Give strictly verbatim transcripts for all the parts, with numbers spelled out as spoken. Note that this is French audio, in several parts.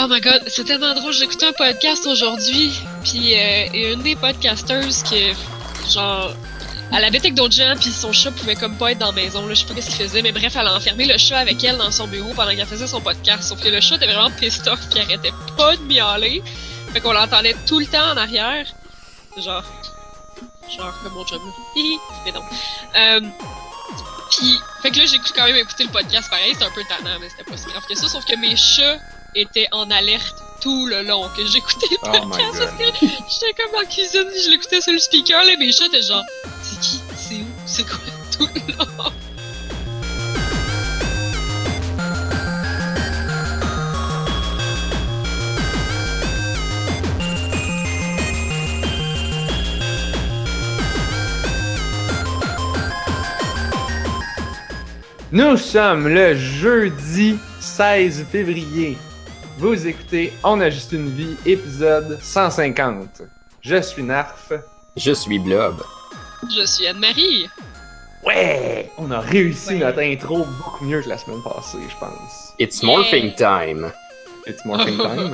my god, c'est tellement drôle. J'écoutais un podcast aujourd'hui, puis euh, et une des podcasters qui, genre, elle habitait avec d'autres gens, puis son chat pouvait comme pas être dans la maison, là, je sais pas qu'est-ce qu'il faisait, mais bref, elle a enfermé le chat avec elle dans son bureau pendant qu'elle faisait son podcast, sauf que le chat était vraiment pissed off, puis il arrêtait pas de miauler, fait qu'on l'entendait tout le temps en arrière, genre, genre comme mon chum, hihi, mais non. Euh, Puis, fait que là, j'ai quand même écouté le podcast pareil, c'était un peu tannant, mais c'était pas si grave que ça, sauf que mes chats étaient en alerte tout le long que j'écoutais le Oh podcast, my parce que j'étais comme en cuisine, je l'écoutais sur le speaker, là, mes chats étaient genre, c'est qui, c'est où, c'est quoi, tout le long. Nous sommes le jeudi seize février. Vous écoutez On a juste une vie, épisode cent cinquante. Je suis Narf. Je suis Blob. Je suis Anne-Marie. Ouais! On a réussi Ouais. notre intro beaucoup mieux que la semaine passée, je pense. It's Yeah. morphing time. It's morphing time.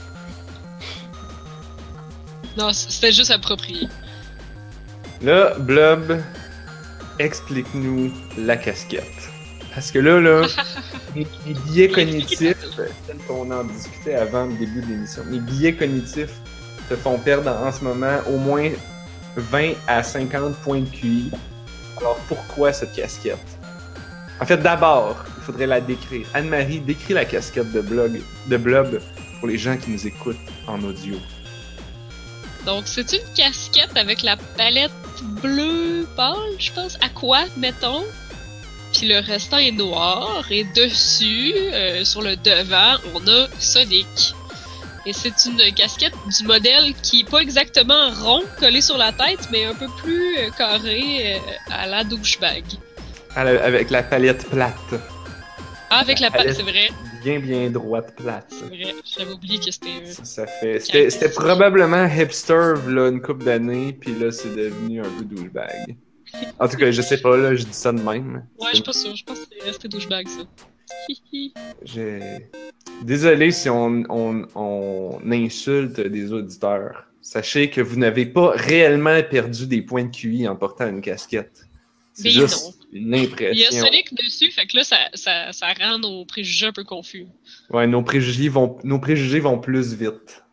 Non, c'était juste approprié. Là, Blob, explique-nous la casquette. Parce que là, là, mes, mes biais cognitifs, tel qu'on en discutait avant le début de l'émission, mes biais cognitifs te font perdre en ce moment au moins vingt à cinquante points de Q I. Alors pourquoi cette casquette? En fait, d'abord, il faudrait la décrire. Anne-Marie, décris la casquette de, blog, de Blob pour les gens qui nous écoutent en audio. Donc, c'est une casquette avec la palette bleu pâle, je pense, aqua, mettons. Puis le restant est noir. Et dessus, euh, sur le devant, on a Sonic. Et c'est une casquette du modèle qui est pas exactement rond, collé sur la tête, mais un peu plus euh, carré euh, à la douchebag. Avec la palette plate. Ah, avec la palette, palette c'est vrai. Bien, bien droite, plate. C'est vrai, j'avais oublié que c'était... euh, Ça, ça fait... C'était, c'était probablement hipster, là, une couple d'années, puis là, c'est devenu un peu douchebag. En tout cas, je sais pas, là, je dis ça de même. Ouais, je suis pas sûre, je pense que c'est resté douchebag, ça. Hihi. J'ai... Désolé si on, on, on insulte des auditeurs. Sachez que vous n'avez pas réellement perdu des points de Q I en portant une casquette. C'est Mais juste non. une Il y a impression. Sonic dessus, fait que là, ça, ça, ça rend nos préjugés un peu confus. Ouais, nos préjugés vont, nos préjugés vont plus vite.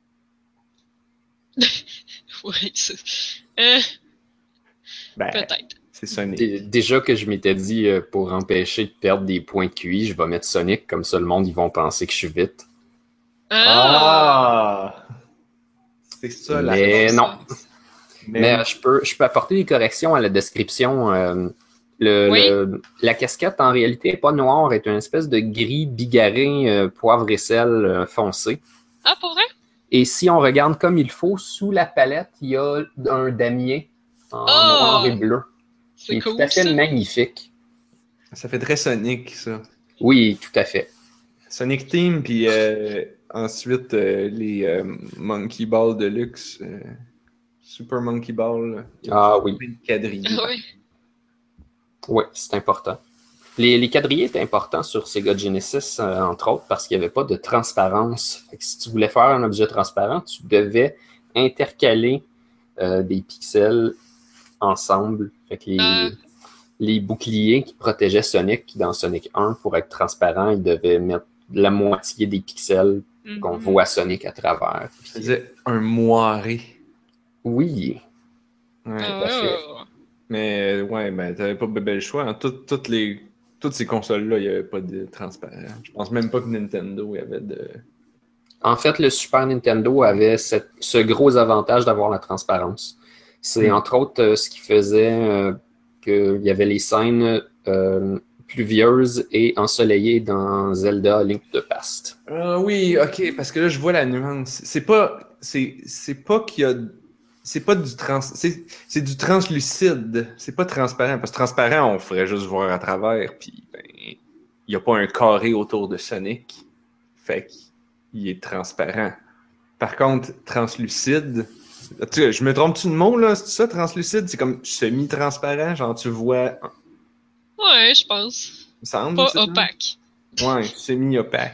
Ouais, c'est... Euh, Ben, peut-être. c'est Sonic. D- Déjà que je m'étais dit, euh, pour empêcher de perdre des points de Q I, je vais mettre Sonic, comme ça le monde, ils vont penser que je suis vite. Ah! Ah! C'est ça, la Mais c'est non. ça. Mais, Mais euh, je peux, je peux apporter des corrections à la description. euh, le, Oui. le- la casquette, en réalité, n'est pas noire, est une espèce de gris bigarré, euh, poivre et sel euh, foncé. Ah, pour vrai? Et si on regarde comme il faut, sous la palette, il y a un damier en Oh! noir et bleu. Qui C'est est cool, tout à fait ça. magnifique. ça fait très Sonic, ça. Oui, tout à fait. Sonic Team, puis euh, ensuite euh, les euh, Monkey Ball Deluxe, euh, Super Monkey Ball. Il y a Ah oui. plein de quadrilles. Ah ouais. Oui, c'est important. Les, les quadrillés étaient importants sur Sega Genesis, euh, entre autres, parce qu'il n'y avait pas de transparence. Fait que si tu voulais faire un objet transparent, tu devais intercaler euh, des pixels ensemble. Fait que les, Ah. les boucliers qui protégeaient Sonic dans Sonic un, pour être transparent, ils devaient mettre la moitié des pixels qu'on Mhm. voit Sonic à travers. Ça faisait un moiré. Oui, Ouais. Ah, à fait. Mais euh, ouais, ben t'avais pas bébé le choix. Hein. Toutes, toutes les, toutes ces consoles-là, il n'y avait pas de transparent. Je pense même pas que Nintendo il y avait de. En fait, le Super Nintendo avait cette- ce gros avantage d'avoir la transparence. C'est Mm. entre autres euh, ce qui faisait euh, qu'il y avait les scènes euh, pluvieuses et ensoleillées dans Zelda Link to the Past. Ah oui, ok, parce que là je vois la nuance. C'est pas. C'est, c'est pas qu'il y a. C'est pas du trans. C'est, c'est du translucide. C'est pas transparent. Parce que transparent, on ferait juste voir à travers. Puis, ben, il n'y a pas un carré autour de Sonic. Fait qu'il est transparent. Par contre, translucide. Tu sais, je me trompe-tu de mot, là? C'est ça, translucide? C'est comme semi-transparent. Genre, tu vois. Ouais, je pense. Il me semble. Pas c'est ça? opaque. Ouais, semi-opaque.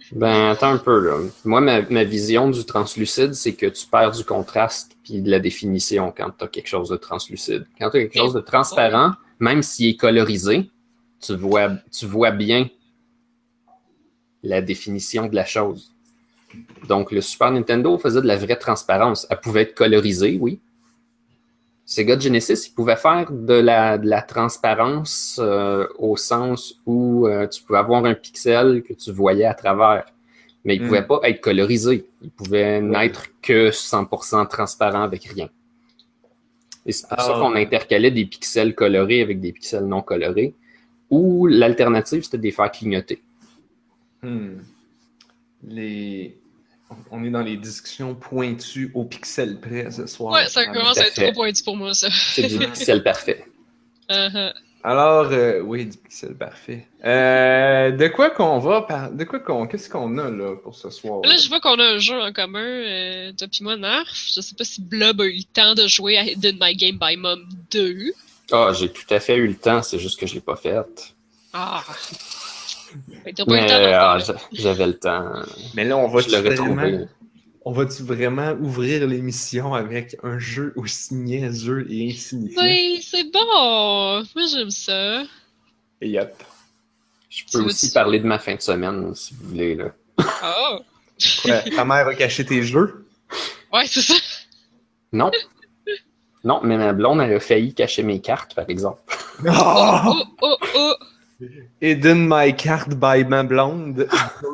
Ben, attends un peu, là. Moi, ma, ma vision du translucide, c'est que tu perds du contraste puis de la définition quand tu as quelque chose de translucide. Quand tu as quelque Mais chose de transparent, même s'il est colorisé, tu vois, tu vois bien la définition de la chose. Donc, le Super Nintendo faisait de la vraie transparence. Elle pouvait être colorisée, oui. Sega Genesis, il pouvait faire de la, de la transparence euh, au sens où euh, tu pouvais avoir un pixel que tu voyais à travers. Mais il ne Mm. pouvait pas être colorisé. Il pouvait Ouais. n'être que cent pour cent transparent avec rien. Et c'est pour Ah, ça qu'on ouais. intercalait des pixels colorés avec des pixels non colorés. Ou l'alternative, c'était de les faire clignoter. Hmm. Les... On est dans les discussions pointues au pixel près ce soir. Ouais, ça Ah, commence tout à à être fait. trop pointu pour moi, ça. C'est du pixel parfait. Uh-huh. Alors, euh, oui, du pixel parfait. Euh, de quoi qu'on va par... De quoi qu'on... Qu'est-ce qu'on a, là, pour ce soir? Là, je vois qu'on a un jeu en commun, euh, toi pis moi, Narf. Je sais pas si Blob a eu le temps de jouer à Hidden My Game by Mom deux. Ah, j'ai tout à fait eu le temps, c'est juste que je l'ai pas fait. Ah! Ben, t'as pas eu Mais le temps d'en ah, faire. j'a- j'avais le temps. Mais là, on va Je l'aurais vraiment... trouvé. On va-tu vraiment ouvrir l'émission avec un jeu aussi niaiseux et insignifiant? Oui, c'est bon! Moi, j'aime ça. Et yep. Je Tu peux veux- aussi tu- parler de ma fin de semaine, si vous voulez. Là. Oh! Quoi, ta mère a caché tes jeux? Ouais, c'est ça. Non. Non, mais ma blonde, elle a failli cacher mes cartes, par exemple. Oh! Oh, oh, oh! Hidden my card by ma blonde.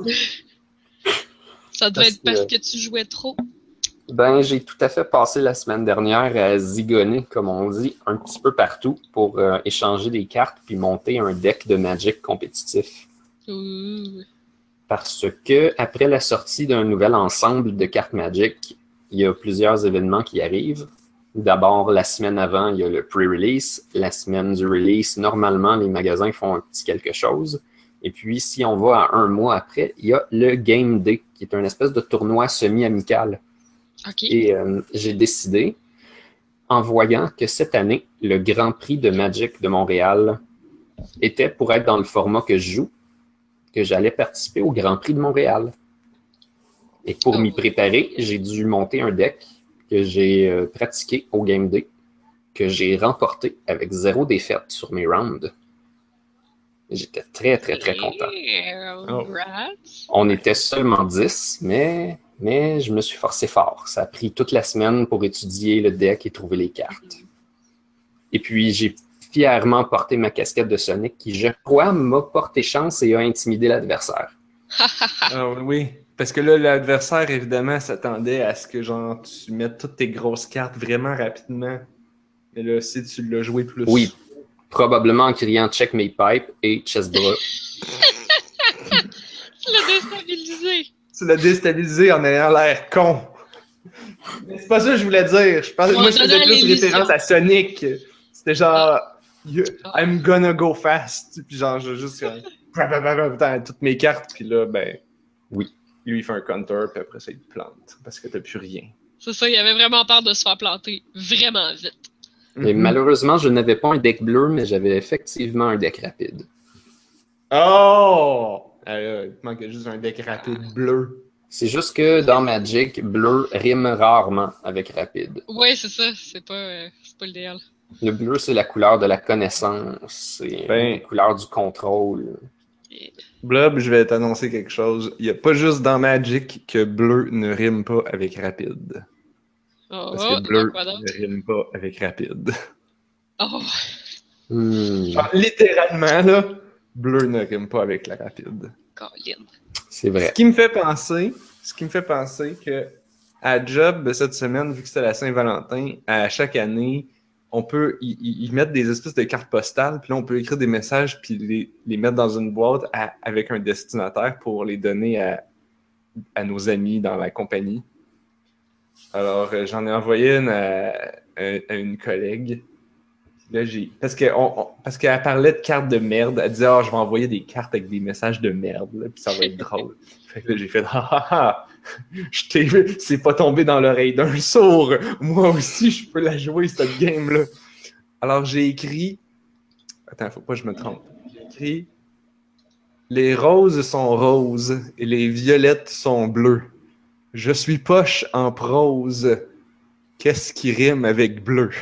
Ça devait Parce être parce que- que tu jouais trop. Ben, j'ai tout à fait passé la semaine dernière à zigonner, comme on dit, un petit peu partout pour euh, échanger des cartes puis monter un deck de Magic compétitif. Ouh. Parce que après la sortie d'un nouvel ensemble de cartes Magic, il y a plusieurs événements qui arrivent. D'abord, la semaine avant, il y a le pre-release. La semaine du release, normalement, les magasins font un petit quelque chose. Et puis, si on va à un mois après, il y a le Game Day, qui est un espèce de tournoi semi-amical. Ok. Et euh, j'ai décidé, en voyant que cette année, le Grand Prix de Magic de Montréal était pour être dans le format que je joue, que j'allais participer au Grand Prix de Montréal. Et pour Oh. m'y préparer, j'ai dû monter un deck que j'ai euh, pratiqué au Game Day, que j'ai remporté avec zéro défaite sur mes rounds. J'étais très, très, très content. Yeah, Oh. congrats. On était seulement dix, mais, mais je me suis forcé fort. Ça a pris toute la semaine pour étudier le deck et trouver les cartes. Et puis, j'ai fièrement porté ma casquette de Sonic qui, je crois, m'a porté chance et a intimidé l'adversaire. Ah oui, parce que là, l'adversaire, évidemment, s'attendait à ce que genre tu mettes toutes tes grosses cartes vraiment rapidement. Mais là, si tu l'as joué plus. Oui, probablement en criant « check mes pipes » et « chest bras ». Tu l'as déstabilisé. Tu l'as déstabilisé en ayant l'air con. Mais c'est pas ça que je voulais dire. Je pensais, On moi, je faisais donnait plus l'émission. référence à Sonic. C'était genre, you- I'm gonna go fast. Puis genre, je juste comme, dans toutes mes cartes. Puis là, ben, Oui. lui, il fait un counter. Puis après ça, il te plante. Parce que t'as plus rien. C'est ça, il avait vraiment peur de se faire planter vraiment vite. Et Mhm. malheureusement, je n'avais pas un deck bleu, mais j'avais effectivement un deck rapide. Oh! Alors, il te manquait juste un deck rapide bleu. C'est juste que dans Magic, bleu rime rarement avec rapide. Ouais, c'est ça, c'est pas, euh, c'est pas l'idéal. Le bleu, c'est la couleur de la connaissance, c'est Ben. la couleur du contrôle. Blob, je vais t'annoncer quelque chose. Il n'y a pas juste dans Magic que bleu ne rime pas avec rapide. Oh, Parce que oh, bleu quoi donc? ne rime pas avec rapide. Oh, Hmm, Genre, littéralement, là, bleu ne rime pas avec la rapide. Colin. c'est Ce vrai. qui me fait penser, ce qui me fait penser que à Job cette semaine, vu que c'était la Saint-Valentin, à chaque année, on peut y, y- y mettre des espèces de cartes postales, puis là, on peut écrire des messages, puis les, les mettre dans une boîte à- avec un destinataire pour les donner à, à nos amis dans la compagnie. Alors, euh, j'en ai envoyé une à, à- à une collègue. Là, j'ai... Parce, que on, on- parce qu'elle parlait de cartes de merde. Elle disait, ah, je vais envoyer des cartes avec des messages de merde, là, puis ça va être drôle. Fait que là, j'ai fait, ah ah ah, je t'ai... c'est pas tombé dans l'oreille d'un sourd. Moi aussi, je peux la jouer, cette game-là. Alors, j'ai écrit. Attends, faut pas que je me trompe. J'ai écrit. Les roses sont roses et les violettes sont bleues. Je suis poche en prose. Qu'est-ce qui rime avec bleu?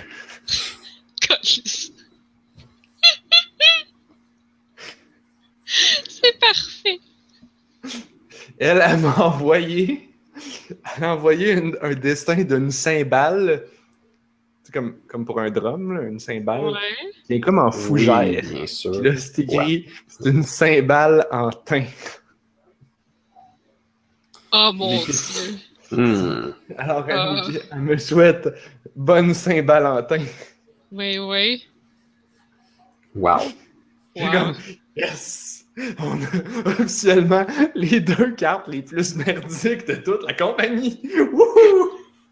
C'est parfait. Elle, elle m'a envoyé, elle a envoyé une- un dessin d'une cymbale, c'est comme, comme pour un drum, là, une cymbale, Ouais. qui est comme en fougère. Oui, bien sûr. Puis là, c'est écrit, Ouais. c'est une cymbale en teint. Oh mon Les- dieu. Hmm. Alors, elle, Ah. me dit- elle me souhaite bonne Saint-Valentin. Oui, oui. Wow. J'ai Wow. comme, yes! On a officiellement les deux cartes les plus merdiques de toute la compagnie. Wouhou!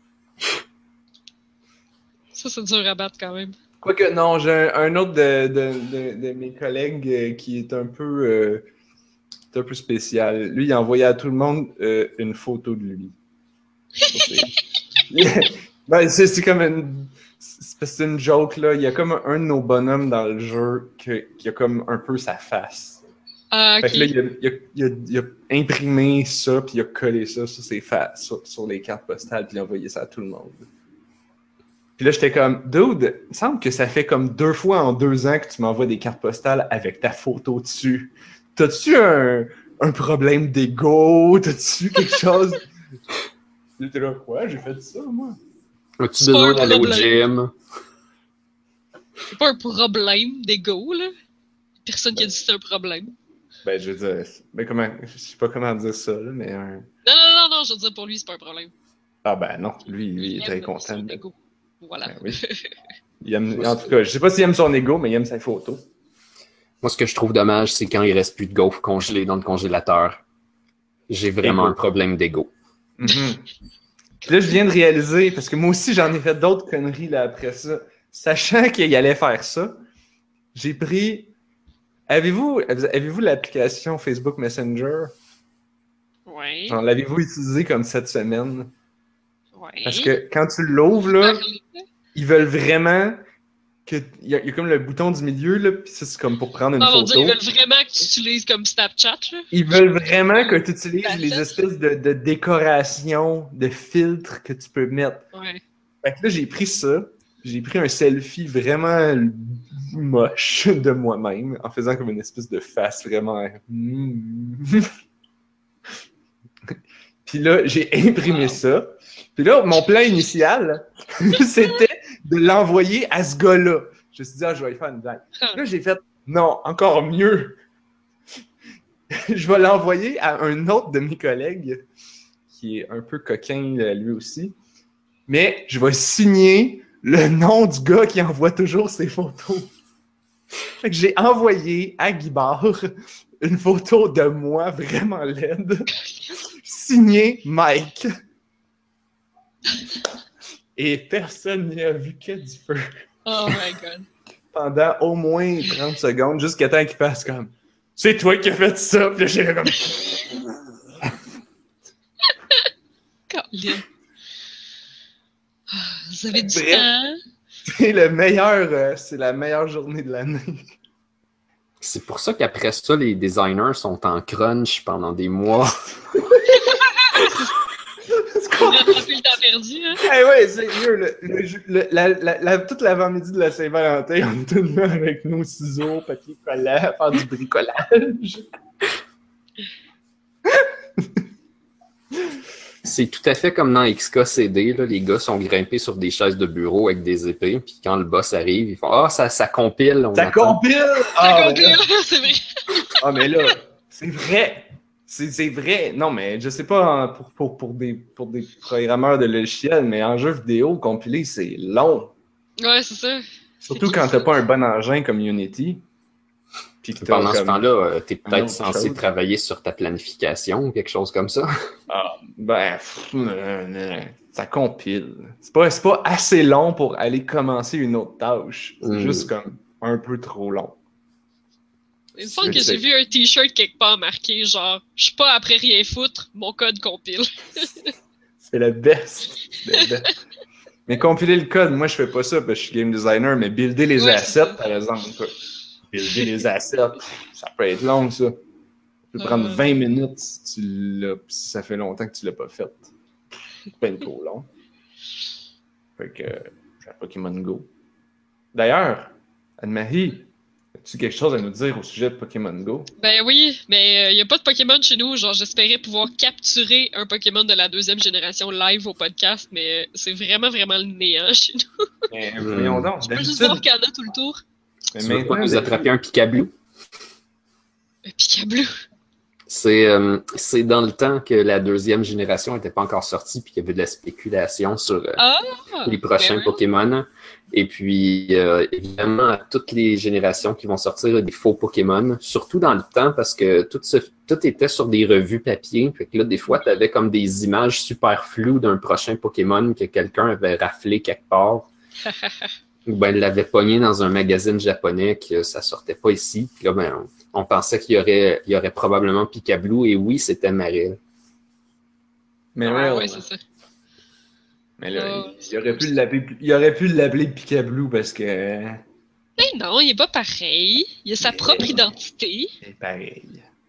Ça, c'est dur à battre quand même. Quoique, non, j'ai un, un autre de, de, de, de mes collègues euh, qui est un peu, euh, est un peu spécial. Lui, il a envoyé à tout le monde euh, une photo de lui. Ça, c'est- ben, c'est, c'est comme une... C'est c'est une joke, là. Il y a comme un de nos bonhommes dans le jeu que- qui a comme un peu sa face. Ah, Fait ok. que là, il a, il a- il a- il a imprimé ça, puis il a collé ça sur ses faces, sur, sur les cartes postales, puis il a envoyé ça à tout le monde. Puis là, j'étais comme, dude, il me semble que ça fait comme deux fois en deux ans que tu m'envoies des cartes postales avec ta photo dessus. T'as-tu un, un problème d'ego? T'as-tu quelque chose? J'étais là, quoi? J'ai fait ça, moi? As-tu C'est pas besoin un d'aller au problème. gym? C'est pas un problème d'ego, là. Personne qui a dit que c'était un problème. Ben, je veux dire, mais comment, je sais pas comment dire ça, là, mais un... Non, non, non, non, je veux dire, pour lui, c'est pas un problème. Ah ben non, lui, lui il est très aime content. son de- ego. Voilà. Ben oui. Il aime, en tout cas, je sais pas s'il aime son ego, mais il aime sa photo. Moi, ce que je trouve dommage, c'est quand il reste plus de gaufres congelées dans le congélateur. J'ai vraiment Ego. un problème d'ego. Mhm. Puis là, je viens de réaliser, parce que moi aussi, j'en ai fait d'autres conneries là, après ça. Sachant qu'il allait faire ça, j'ai pris... Avez-vous avez-vous l'application Facebook Messenger? Ouais. Genre, l'avez-vous utilisé comme cette semaine? Ouais. Parce que quand tu l'ouvres, là, ils veulent vraiment que... Il y, a- il y a comme le bouton du milieu, là, puis ça, c'est comme pour prendre une Ah, mon photo. dieu, ils veulent vraiment que tu utilises comme Snapchat, là. Ils veulent vraiment que tu utilises Facette. les espèces de, de décorations, de filtres que tu peux mettre. Ouais. Fait que là, j'ai pris ça. J'ai pris un selfie vraiment moche de moi-même en faisant comme une espèce de face vraiment. Puis là, j'ai imprimé Wow. ça. Puis là, mon plan initial, c'était de l'envoyer à ce gars-là. Je me suis dit, ah, je vais lui faire une blague. Là, j'ai fait, non, encore mieux. Je vais l'envoyer à un autre de mes collègues qui est un peu coquin euh, lui aussi. Mais je vais signer le nom du gars qui envoie toujours ses photos. Fait que j'ai envoyé à Guy Barre une photo de moi vraiment laide, signée Mike. Et personne n'y a vu que du feu Oh my god. pendant au moins trente secondes, jusqu'à temps qu'il fasse comme « C'est toi qui as fait ça! » Puis là, j'ai comme... Colin. Ah, vous avez du Bref. temps. C'est le meilleur, euh, c'est la meilleure journée de l'année. C'est pour ça qu'après ça, les designers sont en crunch pendant des mois. On a rattrapé le temps perdu, hein. Eh ouais, c'est mieux. Le, le, le- la, la, la, toute l'avant-midi de la Saint-Valentin, on est tous là avec nos ciseaux, papier collant, à faire du bricolage. C'est tout à fait comme dans X K C D, là, les gars sont grimpés sur des chaises de bureau avec des épées, puis quand le boss arrive, ils font « Ah, ça, ça compile! » on Ça attend. compile! Ça Ah, compile, mais là- c'est vrai. ah, mais là, c'est vrai! C'est c'est vrai! Non, mais je sais pas hein, pour, pour, pour, des, pour des programmeurs de logiciels, mais en jeu vidéo, compiler, c'est long. Ouais, c'est ça. Surtout quand t'as pas un bon engin comme Unity. Puis que t'as Pendant ce comme- temps-là, euh, t'es un peut-être autre censé chose. travailler sur ta planification ou quelque chose comme ça. Ah, ben, pff, euh, euh, ça compile. C'est pas, c'est pas assez long pour aller commencer une autre tâche. C'est Mm. juste comme un peu trop long. Il me semble Je que sais. j'ai vu un t-shirt quelque part marqué genre « Je suis pas après rien foutre, mon code compile. C'est le best. C'est le best. Mais compiler le code, moi, je fais pas ça parce que je suis game designer, mais builder les Ouais, c'est assets, ça. par exemple. quoi. Builder les assets, ça peut être long, ça. peut prendre Euh. vingt minutes si, tu l'as, si ça fait longtemps que tu l'as pas fait. C'est pas trop long. Fait que j'ai un Pokémon Go. D'ailleurs, Anne-Marie, as-tu quelque chose à nous dire au sujet de Pokémon Go? Ben oui, mais il n'y a pas de Pokémon chez nous. Genre, j'espérais pouvoir capturer un Pokémon de la deuxième génération live au podcast, mais c'est vraiment, vraiment le néant chez nous. Mais Hmm. voyons donc, Je peux juste d'habitude... voir qu'il y en a tout le tour. Mais Tu veux pas maintenant, nous attraper un Picablu? Un Pikableu. C'est euh, c'est dans le temps que la deuxième génération n'était pas encore sortie, puis qu'il y avait de la spéculation sur euh, Ah! les prochains ben Pokémon. Et puis, euh, évidemment, à toutes les générations qui vont sortir, il y a des faux Pokémon, surtout dans le temps, parce que tout, se, tout était sur des revues papier. Fait que là, des fois, tu avais comme des images super floues d'un prochain Pokémon que quelqu'un avait raflé quelque part. Ou ben, il l'avait pogné dans un magazine japonais que ça sortait pas ici. Puis là, ben, on, on pensait qu'il y aurait, il y aurait probablement Picablu, et oui, c'était Marill. Mais Ah, là, ouais, c'est ça. mais là, Oh, il, il aurait pu l'appeler, il aurait pu l'appeler Picablu parce que Mais non, il est pas pareil. Il a sa Mais- propre identité. c'est pareil.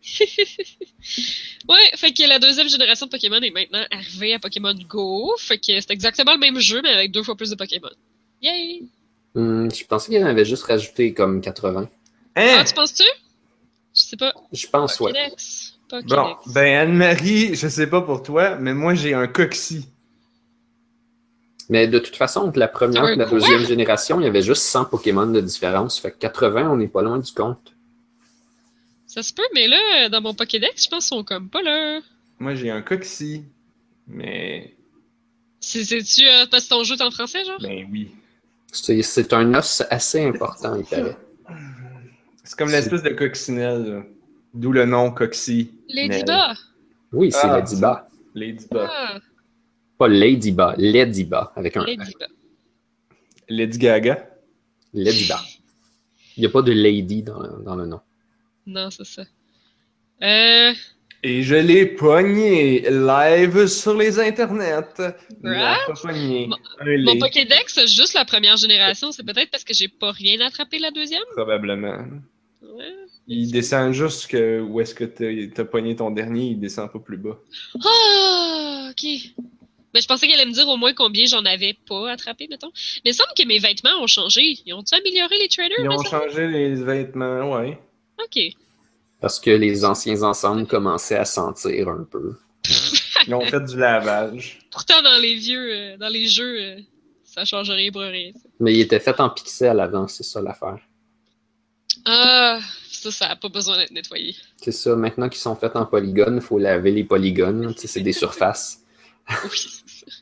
Ouais, fait que la deuxième génération de Pokémon est maintenant arrivée à Pokémon Go. Fait que c'est exactement le même jeu, mais avec deux fois plus de Pokémon. Yay! Hum, je pensais qu'il en avait juste rajouté comme quatre-vingts. Hein? Ah, tu penses-tu? Je sais pas. Je pense, ouais. Pokédex. Pokédex. Bon, ben Anne-Marie, je sais pas pour toi, mais moi j'ai un Coxy. Mais de toute façon, entre la première Ah, et la quoi? deuxième génération, il y avait juste cent Pokémon de différence. Fait que quatre-vingts, on n'est pas loin du compte. Ça se peut, mais là, dans mon Pokédex, je pense qu'ils sont comme pas là. Moi j'ai un Coxy. Mais C'est- C'est-tu euh, parce que ton jeu est en français, genre? ben oui. C'est c'est un os assez important, il paraît. C'est comme l'espèce de coccinelle, là. D'où le nom Coxy. Ladyba! Oui, c'est Ah, Ladyba. Ladyba. Ah, Pas Ladyba, Ladyba, avec un E. Ladyba. Lady Gaga. Ladyba. Il n'y a pas de Lady dans le, dans le nom. Non, c'est ça. Euh. Et je l'ai pogné live sur les internets. La Bref. fois pogné. Mon- Un Mon lait, Pokédex, c'est juste la première génération. C'est peut-être parce que j'ai pas rien attrapé la deuxième? probablement. Ouais. Il descend juste que où est-ce que t'as, t'as pogné ton dernier, il descend pas plus bas. Ah, ok. Mais je pensais qu'elle allait me dire au moins combien j'en avais pas attrapé, mettons. Mais il semble que mes vêtements ont changé. Ils ont-tu amélioré les traders? Ils ont me semble? changé les vêtements, ouais. Ok. Parce que les anciens ensembles commençaient à sentir un peu. Ils ont fait du lavage. Pourtant, dans les vieux, euh, dans les jeux, euh, ça change rien pour rien. ça. Mais ils étaient faits en pixels avant, c'est ça l'affaire. Ah, ça, ça a pas besoin d'être nettoyé. C'est ça, maintenant qu'ils sont faits en polygones, il faut laver les polygones. Tu sais, c'est des surfaces. Oui, c'est ça.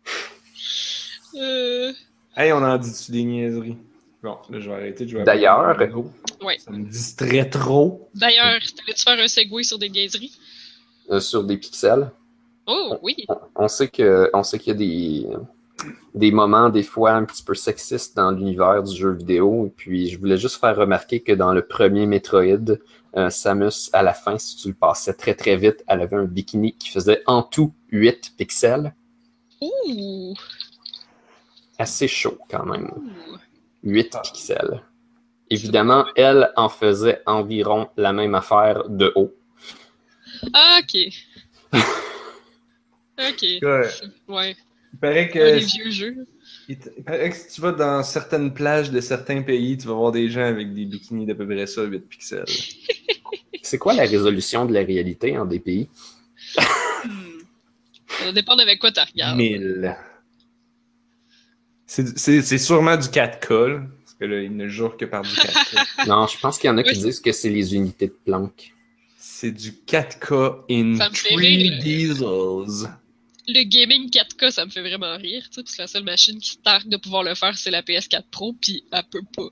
Euh, Hey, on en dit-tu des niaiseries? Bon, là, je vais arrêter de jouer à D'ailleurs- Pokémon Go. ouais. Ça me distrait trop. D'ailleurs, t'allais-tu faire un segway sur des niaiseries? Euh, sur des pixels. Oh, oui. On sait que on sait qu'il y a des, des moments, des fois, un petit peu sexistes dans l'univers du jeu vidéo. Et puis, je voulais juste faire remarquer que dans le premier Metroid, euh, Samus, à la fin, si tu le passais très très vite, elle avait un bikini qui faisait en tout huit pixels. Ouh. Assez chaud quand même. Ouh. huit pixels. Évidemment, elle en faisait environ la même affaire de haut. Ah, ok. Ok. Ouais. Ouais. Il paraît Ouais, que, les vieux jeux. il t- il paraît que si tu vas dans certaines plages de certains pays, tu vas voir des gens avec des bikinis d'à peu près ça, huit pixels. C'est quoi la résolution de la réalité en des pays? Hmm. Ça va dépendre avec quoi tu regardes. mille. C'est c'est- c'est sûrement du quatre K, là, parce que là, il ne jure que par du quatre K. Non, je pense qu'il y en a qui Oui. disent que c'est les unités de Planck. C'est du quatre K in Ça me fait trois rire. diesels. Le gaming quatre K, ça me fait vraiment rire, tu sais, parce que la seule machine qui se targue de pouvoir le faire, c'est la P S quatre Pro, puis elle peut pas.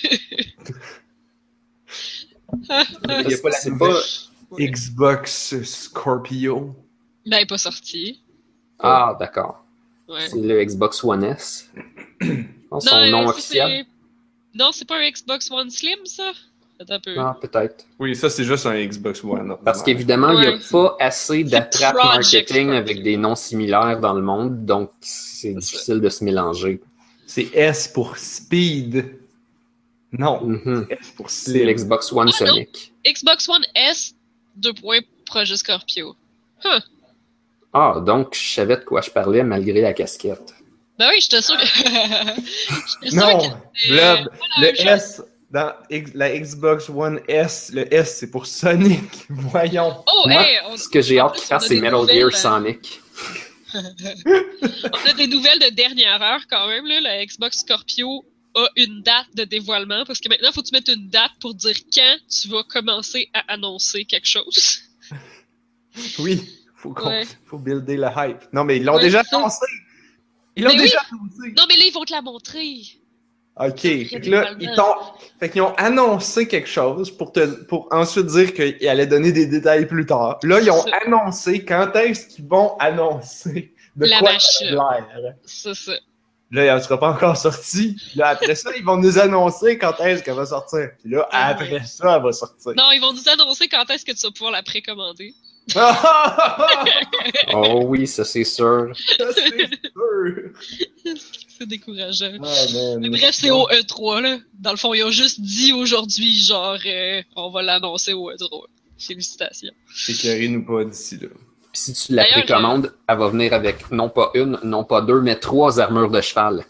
Il n'y a pas la C'est nouvelle pas- Xbox Scorpio. Ben, elle est pas sortie. Ah, d'accord. Ouais. C'est le Xbox One S. Je pense son euh, nom ça, officiel. c'est- Non, c'est pas un Xbox One Slim, ça? Attends un peu. Ah, peut-être. Oui, ça, c'est juste un Xbox One. Parce qu'évidemment, il n'y a Ouais. pas assez d'attrape Project marketing Scorpio. avec des noms similaires dans le monde, donc c'est C'est difficile de se mélanger. C'est S pour Speed. Non, Mhm. S pour C'est Slim. l'Xbox One Ah, non. Sonic. Xbox One S Deux points, projet Scorpio. Huh. Ah, donc je savais de quoi je parlais malgré la casquette. Ben oui, j'étais sûr que. J'étais sûre Non, que c'était Blob, pas la même le chose. S dans X- la Xbox One S, le S c'est pour Sonic. Voyons. Oh, Moi, hey! On, ce que j'ai en hâte plus, de on faire, a c'est des Metal nouvelles, Gear euh, Sonic. On a des nouvelles de dernière heure quand même. Là. La Xbox Scorpio a une date de dévoilement parce que maintenant, il faut que tu mettes une date pour dire quand tu vas commencer à annoncer quelque chose. Oui, faut qu'on, Ouais. faut builder le hype. Non, mais ils l'ont Ouais, déjà c'est ça. annoncé. Ils l'ont Mais déjà oui. annoncé. Non, mais là, ils vont te la montrer. OK. Le vrai Fait que là, ils dévoilement. t'ont, fait qu'ils ont annoncé quelque chose pour te, pour ensuite dire qu'ils allaient donner des détails plus tard. Là, ils ont C'est ça. annoncé quand est-ce qu'ils vont annoncer de La quoi machine. ça a l'air. C'est ça. Là, elle ne sera pas encore sortie. Là, après ça, ils vont nous annoncer quand est-ce qu'elle va sortir. Puis là, Ah après ouais. ça, elle va sortir. Non, ils vont nous annoncer quand est-ce que tu vas pouvoir la précommander. Oh oui, ça c'est sûr. Ça, c'est sûr. C'est décourageant. Ah, man. Mais bref, c'est au E trois, là. Dans le fond, ils ont juste dit aujourd'hui, genre, euh, on va l'annoncer au E trois. Félicitations. Éclairez-nous pas d'ici là. Puis si tu la D'ailleurs, précommandes, elle va venir avec non pas une, non pas deux, mais trois armures de cheval.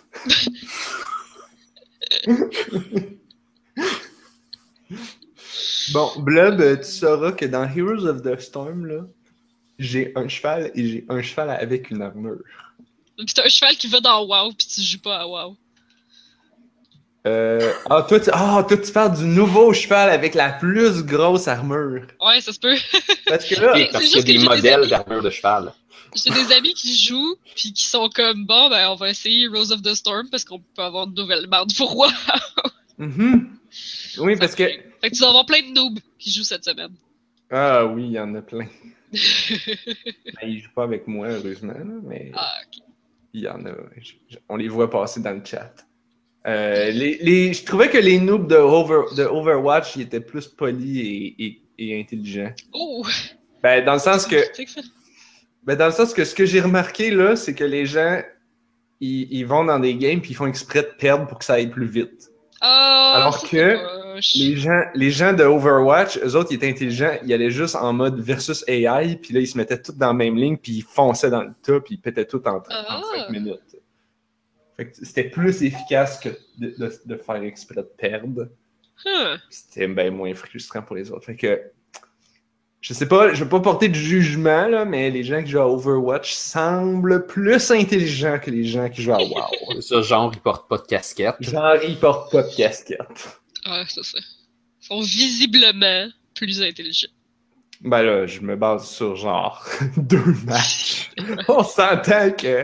Bon, Blob, tu sauras que dans Heroes of the Storm, là, j'ai un cheval et j'ai un cheval avec une armure. Puis t'as un cheval qui va dans WoW, puis tu joues pas à WoW. Euh... Ah, toi tu... ah, toi, tu parles du nouveau cheval avec la plus grosse armure. Ouais, ça se peut. Parce que là, Et c'est parce juste qu'il y a que des j'ai des modèles amis. d'armure de cheval. J'ai des amis qui jouent, puis qui sont comme, bon, ben, on va essayer Heroes of the Storm, parce qu'on peut avoir une nouvelle marde pour WoW. mhm. Oui, Ça parce que. fait que tu vas avoir plein de noobs qui jouent cette semaine. Ah oui, il y en a plein. Ben, ils jouent pas avec moi, heureusement, là, mais Ah, ok. il y en a. Je- je- On les voit passer dans le chat. Euh, les, les... Je trouvais que les noobs de, Over... de Overwatch ils étaient plus polis et, et, et intelligents. Oh! Ben, dans le sens que. C'est que ça. Ben, dans le sens que ce que j'ai remarqué là, c'est que les gens ils, ils vont dans des games puis ils font exprès de perdre pour que ça aille plus vite. Ah, Alors ça, que c'est moche. Les gens, les gens de Overwatch, eux autres, ils étaient intelligents, ils allaient juste en mode versus A I, puis là, ils se mettaient tous dans la même ligne, puis ils fonçaient dans le tas, puis ils pétaient tout en, Ah. cinq minutes. Fait que c'était plus efficace que de, de, de faire exprès de perdre. Huh. C'était bien moins frustrant pour les autres. Fait que, je sais pas, je veux pas porter de jugement, là, mais les gens qui jouent à Overwatch semblent plus intelligents que les gens qui jouent à WoW. C'est ça, genre, ils portent pas de casquette. Genre, ils portent pas de casquette. Ah, c'est ça. Ils sont visiblement plus intelligents. Ben là, je me base sur genre deux matchs. On s'entend que.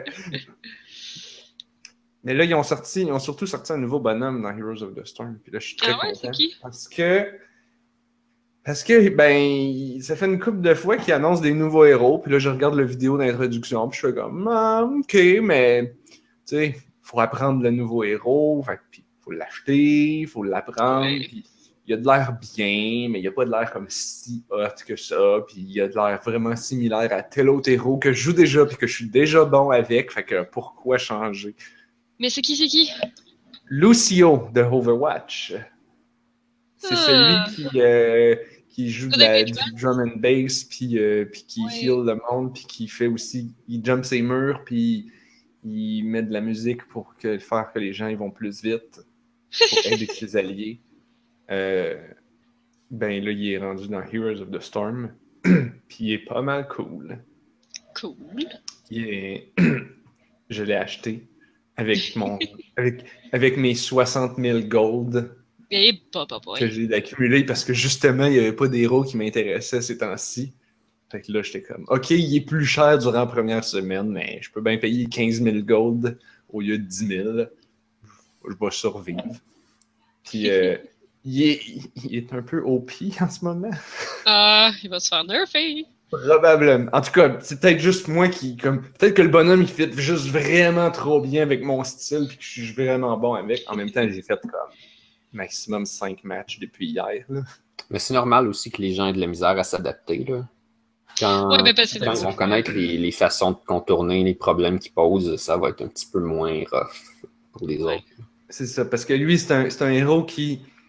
Mais là, ils ont sorti, ils ont surtout sorti un nouveau bonhomme dans Heroes of the Storm. Puis là, je suis très Ah ouais, content. c'est qui? Parce que. Parce que, ben, ça fait une couple de fois qu'ils annoncent des nouveaux héros. Puis là, je regarde la vidéo d'introduction. Puis je fais comme, ah, ok, mais. Tu sais, il faut apprendre le nouveau héros. Fait que, puis, faut l'acheter, il faut l'apprendre. Ouais. Puis il a de l'air bien, mais il a pas de l'air comme si hot que ça. Puis il a de l'air vraiment similaire à tel autre héros que je joue déjà. Puis que je suis déjà bon avec. Fait que pourquoi changer? Mais c'est qui, c'est qui? Lucio de Overwatch. C'est Ah. celui qui, euh, qui joue de la, Avec du les drum and bass, puis, euh, puis qui Ouais. heal le monde, puis qui fait aussi, il jump ses murs, puis il met de la musique pour que, faire que les gens ils vont plus vite, pour aider ses alliés. Euh, ben là, il est rendu dans Heroes of the Storm, puis il est pas mal cool. Cool. Il est... Je l'ai acheté avec, mon, avec, avec mes soixante mille gold. Et papa boy. Que j'ai accumulé parce que justement, il n'y avait pas d'héros qui m'intéressaient ces temps-ci. Fait que là, j'étais comme, OK, il est plus cher durant la première semaine, mais je peux bien payer quinze mille gold au lieu de dix mille. Je vais survivre. Puis, euh, il, est, il est un peu O P en ce moment. Ah, il va se faire nerfer. Probablement. En tout cas, c'est peut-être juste moi qui, comme, peut-être que le bonhomme, il fit juste vraiment trop bien avec mon style, puis que je suis vraiment bon avec. En même temps, j'ai fait comme maximum cinq matchs depuis hier, là. Mais c'est normal aussi que les gens aient de la misère à s'adapter, là. Quand, Ouais, mais parce que quand ils vont connaître les, les façons de contourner les problèmes qu'ils posent, ça va être un petit peu moins rough pour les Ouais. autres. C'est ça, parce que lui, c'est un, c'est un héros qui,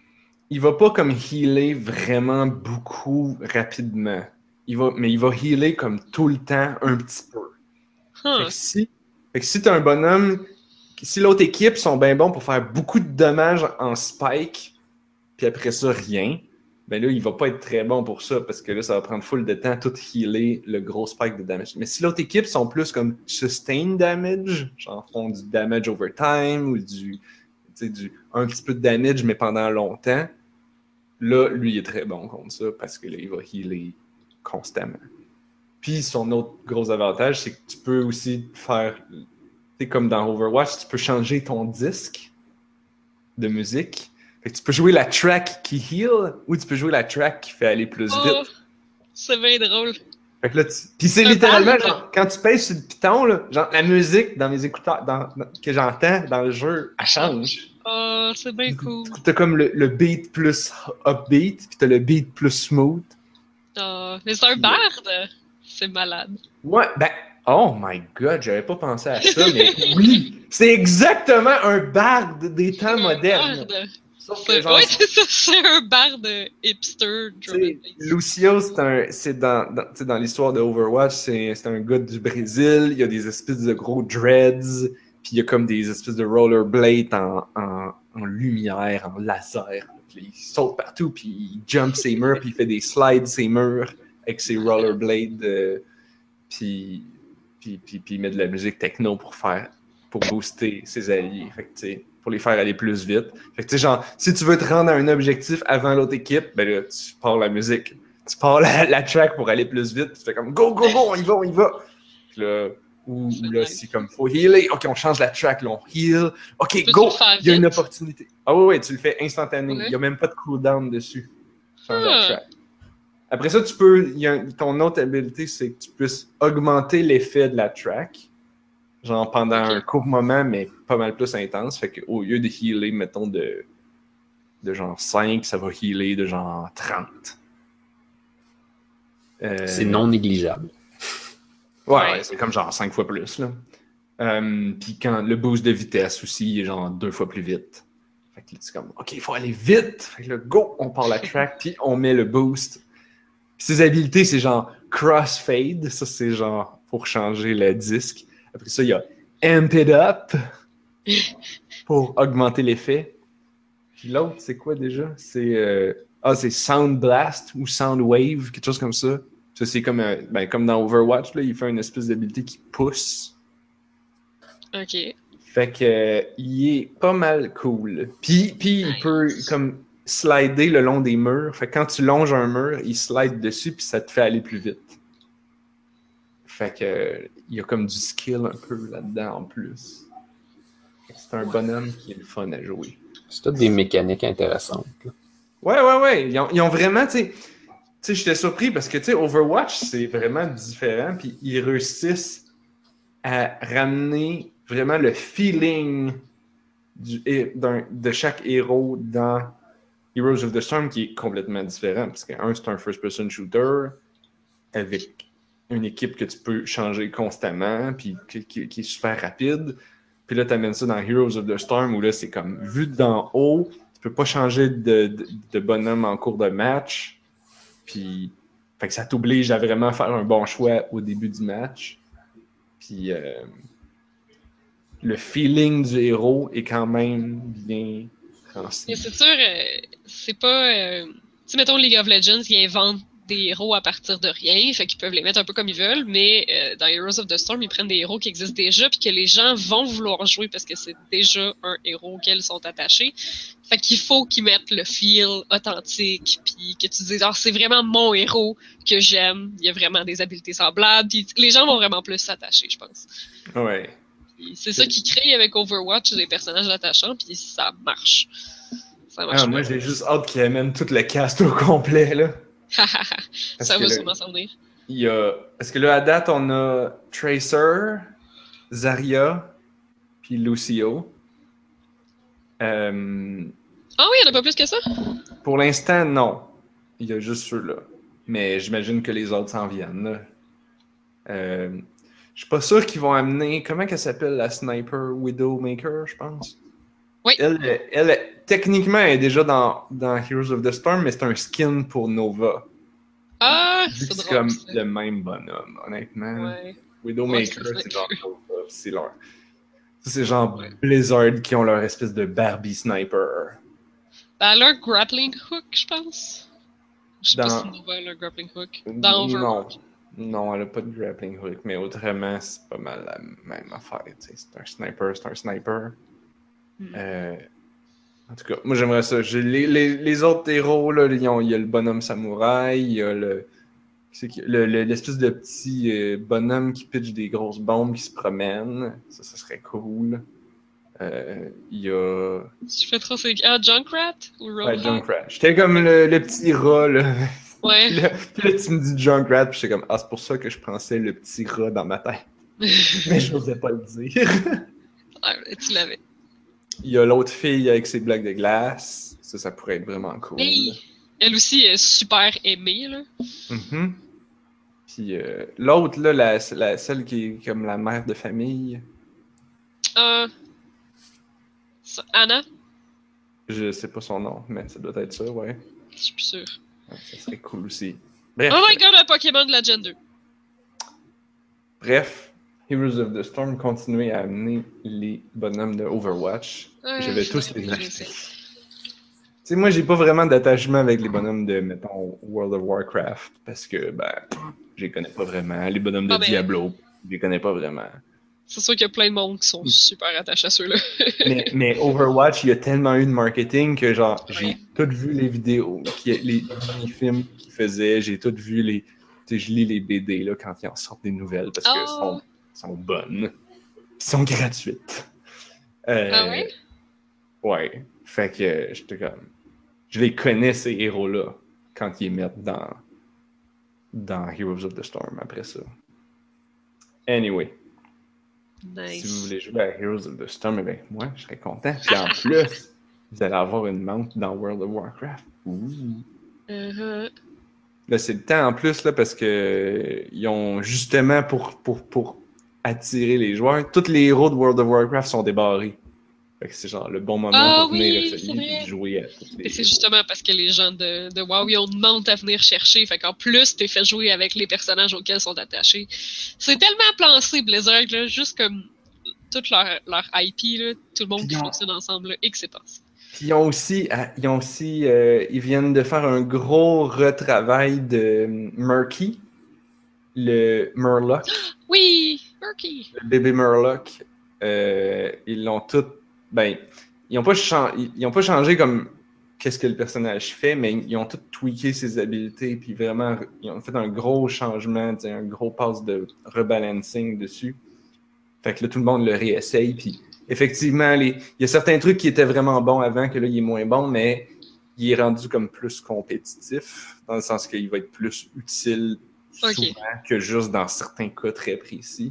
il va pas comme healer vraiment beaucoup rapidement. Il va, mais il va healer comme tout le temps un petit peu. Fait Huh. que si, fait que si t'as un bonhomme, si l'autre équipe sont bien bons pour faire beaucoup de dommages en spike, puis après ça, rien, ben là, il va pas être très bon pour ça, parce que là, ça va prendre full de temps tout healer le gros spike de damage. Mais si l'autre équipe sont plus comme sustain damage, genre font du damage over time, ou du, tu sais, du un petit peu de damage, mais pendant longtemps, là, lui, il est très bon contre ça, parce que là, il va healer constamment. Puis son autre gros avantage, c'est que tu peux aussi faire, tu sais, comme dans Overwatch, tu peux changer ton disque de musique. Fait que tu peux jouer la track qui heal ou tu peux jouer la track qui fait aller plus Oh, vite. c'est bien drôle. Fait que là, tu... Puis c'est Un littéralement, barde. genre, quand tu pèses sur le piton, là, genre, la musique dans mes écouteurs, dans, dans- que j'entends dans le jeu, elle change. Oh, c'est bien cool. T'as comme le, le beat plus upbeat, puis t'as le beat plus smooth. Oh, mais c'est un barde. C'est malade. Ouais, ben, oh my god, j'avais pas pensé à ça, mais oui, c'est exactement un barde des temps Un modernes. barde. Sauf que, C'est- genre, Ouais, c'est ça, c'est un barde hipster. tu drum and sais, bass. Lucio, c'est un, c'est dans, dans, tu sais, dans l'histoire de Overwatch, c'est, c'est un gars du Brésil, il y a des espèces de gros dreads, puis il y a comme des espèces de rollerblades en, en, en lumière, en laser. Puis il saute partout, puis il jump ses murs, puis il fait des slides ses murs avec ses rollerblades, euh, puis, puis, puis, puis il met de la musique techno pour faire, pour booster ses alliés. Fait que, tu sais, pour les faire aller plus vite. Fait que, tu sais, genre, si tu veux te rendre à un objectif avant l'autre équipe, ben là, tu pars la musique. Tu pars la, la track pour aller plus vite. Tu fais comme go, go, go, on y va, on y va. Puis là, ou, ou là, si comme faut healer, ok, on change la track, là, on heal. Ok, Peux-tu go, le faire il y a une vite? opportunité. Ah oui, oui, tu le fais instantané. Il Ouais. n'y a même pas de cooldown dessus. Change la Ah. track. Après ça, tu peux. Il y a, ton autre habilité, c'est que tu puisses augmenter l'effet de la track. Genre pendant Ok. un court moment, mais pas mal plus intense. Fait qu'au lieu de healer, mettons, de, de genre cinq, ça va healer de genre trente. Euh, C'est non négligeable. Ouais, Ouais. ouais, c'est comme genre cinq fois plus. Là. Euh, Puis quand le boost de vitesse aussi, il est genre deux fois plus vite. Fait que là, c'est comme, OK, il faut aller vite. Fait que là, go, on part la track, puis on met le boost. Puis ses habilités, c'est genre crossfade. Ça, c'est genre pour changer le disque. Après ça, il y a amp it up pour augmenter l'effet. Puis l'autre, c'est quoi déjà? C'est euh... ah, c'est Sound Blast ou Sound Wave, quelque chose comme ça. Ça, c'est comme, un... ben, comme dans Overwatch, là, il fait une espèce d'habilité qui pousse. Ok. Fait que euh, il est pas mal cool. Puis, puis il peut comme slider le long des murs. Fait que quand tu longes un mur, il slide dessus puis ça te fait aller plus vite. Fait que euh, il y a comme du skill un peu là-dedans en plus. C'est un bonhomme qui est le fun à jouer. C'est toutes des mécaniques intéressantes. là. Ouais, ouais, ouais. Ils ont, ils ont vraiment, tu sais, tu sais, j'étais surpris parce que, tu sais, Overwatch, c'est vraiment différent. Puis ils réussissent à ramener vraiment le feeling du, d'un, de chaque héros dans Heroes of the Storm qui est complètement différent. Parce qu'un, c'est un first-person shooter avec une équipe que tu peux changer constamment, puis qui, qui, qui est super rapide. Puis là, tu amènes ça dans Heroes of the Storm où là, c'est comme vu d'en haut, tu peux pas changer de, de, de bonhomme en cours de match. Puis, fait que ça t'oblige à vraiment faire un bon choix au début du match. Puis, euh, le feeling du héros est quand même bien transmis. Mais c'est sûr, euh, c'est pas. Euh, tu sais, mettons League of Legends, ils inventent des héros à partir de rien, fait qu'ils peuvent les mettre un peu comme ils veulent, mais euh, dans Heroes of the Storm, ils prennent des héros qui existent déjà, puis que les gens vont vouloir jouer parce que c'est déjà un héros auquel ils sont attachés. Fait qu'il faut qu'ils mettent le feel authentique, puis que tu dises, ah, c'est vraiment mon héros que j'aime, il y a vraiment des habiletés semblables, puis les gens vont vraiment plus s'attacher, je pense. Ouais. Puis c'est ça qui crée avec Overwatch des personnages attachants, puis ça marche. Ça marche Ah, moi, j'ai juste hâte qu'il amène tout le cast au complet, là. Parce ça que va le- sûrement s'en venir. Il y a... Parce que là, à date, on a Tracer, Zarya, puis Lucio. Euh, Ah oui, il n'y en a pas plus que ça? Pour l'instant, non. Il y a juste ceux-là. Mais j'imagine que les autres s'en viennent, là. Euh, Je suis pas sûr qu'ils vont amener... Comment qu'elle s'appelle, la sniper? Widowmaker, je pense? Oui. Elle, elle, techniquement, elle est déjà dans, dans Heroes of the Storm, mais c'est un skin pour Nova. Ah, Vu c'est que c'est drôle. comme ça. le même bonhomme, honnêtement. Ouais. Widowmaker, Ouais, c'est c'est genre Sniper. Nova, c'est leur. Ça, c'est genre Ouais. Blizzard qui ont leur espèce de Barbie sniper. Ben, elle a un grappling hook, je pense. Je sais pas Dans... si Nova a un grappling hook. Dans Overwatch. Non. Non, elle a pas de grappling hook, mais autrement, c'est pas mal la même affaire. T'sais. C'est un sniper, c'est un sniper. Hmm. Euh... En tout cas, moi j'aimerais ça. J'ai les, les, les autres héros, là, ils ont- il y a le bonhomme samouraï, il y a le. C'est qui- le- le- l'espèce de petit euh, bonhomme qui pitch des grosses bombes qui se promène. Ça, ça serait cool. Euh, Il y a. Je fais trop c'est. Ah, Junkrat ou Ouais, Roadhog? Junkrat. J'étais comme le, le petit rat, là. Ouais. Puis là, puis là, tu me dis Junkrat, puis j'étais comme, ah, c'est pour ça que je pensais le petit rat dans ma tête. Mais je n'osais pas le dire. Ouais, tu l'avais. Il y a l'autre fille avec ses blagues de glace. Ça, ça pourrait être vraiment cool. Hey! Elle aussi est super aimée, là. Mhm. Puis euh, l'autre, là, la, la- celle qui est comme la mère de famille, Euh. ça- Anna? je sais pas son nom, mais ça doit être ça, ouais. Je suis plus sûre. Ouais, ça serait cool aussi. Bref, Oh my god, un Pokémon de la Gen deux. bref, Heroes of the Storm continuait à amener les bonhommes de Overwatch. Ouais, Je vais faudrait tous que les je acheter. l'essaye. Tu sais, moi, j'ai pas vraiment d'attachement avec les bonhommes de, mettons, World of Warcraft, parce que, ben, je les connais pas vraiment. Les bonhommes de Ah, ben- Diablo, je les connais pas vraiment. C'est sûr qu'il y a plein de monde qui sont super attachés à ceux-là. Mais, mais Overwatch, il y a tellement eu de marketing que, genre, j'ai Ouais. tout vu les vidéos, qui, les mini-films qu'ils faisaient, j'ai tout vu les... Tu sais, je lis les B D, là, quand ils en sortent des nouvelles, parce qu'elles Oh. sont, sont bonnes. Ils sont gratuites. Euh, Ah ouais? Ouais. Fait que, euh, j'étais comme... Je les connais, ces héros-là, quand ils les mettent dans, dans Heroes of the Storm, après ça. Anyway, Nice. si vous voulez jouer à Heroes of the Storm avec moi, je serais content. Puis en plus, vous allez avoir une montre dans World of Warcraft. Ouh. Uh-huh. Là, c'est le temps en plus, là, parce que euh, ils ont justement pour, pour, pour attirer les joueurs, tous les héros de World of Warcraft sont débarrés. Fait que c'est genre le bon moment Ah pour venir oui, essayer c'est vrai. de jouer à tous les Et c'est héros. justement parce que les gens de, de WoW, ils ont une montre à venir chercher. Fait qu'en plus, t'es fait jouer avec les personnages auxquels ils sont attachés. C'est tellement plancé, Blizzard, là, juste comme toute leur, leur I P, là, tout le monde Puis qui ils ont- fonctionne ensemble, là, et que c'est passé. Puis ils ont aussi, euh, ils ont aussi, euh, ils viennent de faire un gros retravail de Murky, le Murloc, Oui! Murky! le bébé Murloc. Euh, ils l'ont tout, ben, ils ont pas changé, ils ont pas changé comme qu'est-ce que le personnage fait, mais ils ont tout tweaké ses habiletés, puis vraiment, ils ont fait un gros changement, tu sais, un gros pass de rebalancing dessus. Fait que là, tout le monde le réessaye, puis effectivement, les... il y a certains trucs qui étaient vraiment bons avant, que là, il est moins bon, mais il est rendu comme plus compétitif, dans le sens qu'il va être plus utile souvent Ok. que juste dans certains cas très précis.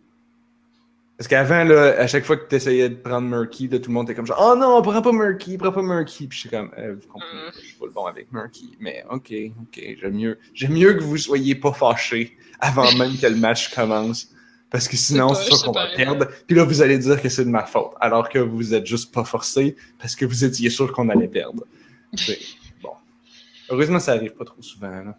Parce qu'avant, là, à chaque fois que tu essayais de prendre Murky, là, tout le monde était comme genre « Oh non, prends pas Murky, prends pas Murky! » Puis je suis comme euh, « Vous comprenez Euh. pas, je suis pas le bon avec Murky. » Mais ok, ok, j'aime mieux, j'aime mieux que vous soyez pas fâchés avant même que le match commence. Parce que sinon, C'est c'est pas- sûr qu'on c'est va pas perdre. Puis là, vous allez dire que c'est de ma faute. Alors que vous êtes juste pas forcé parce que vous étiez sûr qu'on allait perdre. C'est bon. Heureusement, ça arrive pas trop souvent, là.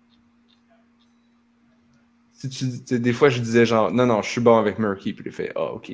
Si tu, tu sais, des fois, je disais genre, non, non, je suis bon avec Murky. Puis il fait, ah, ok.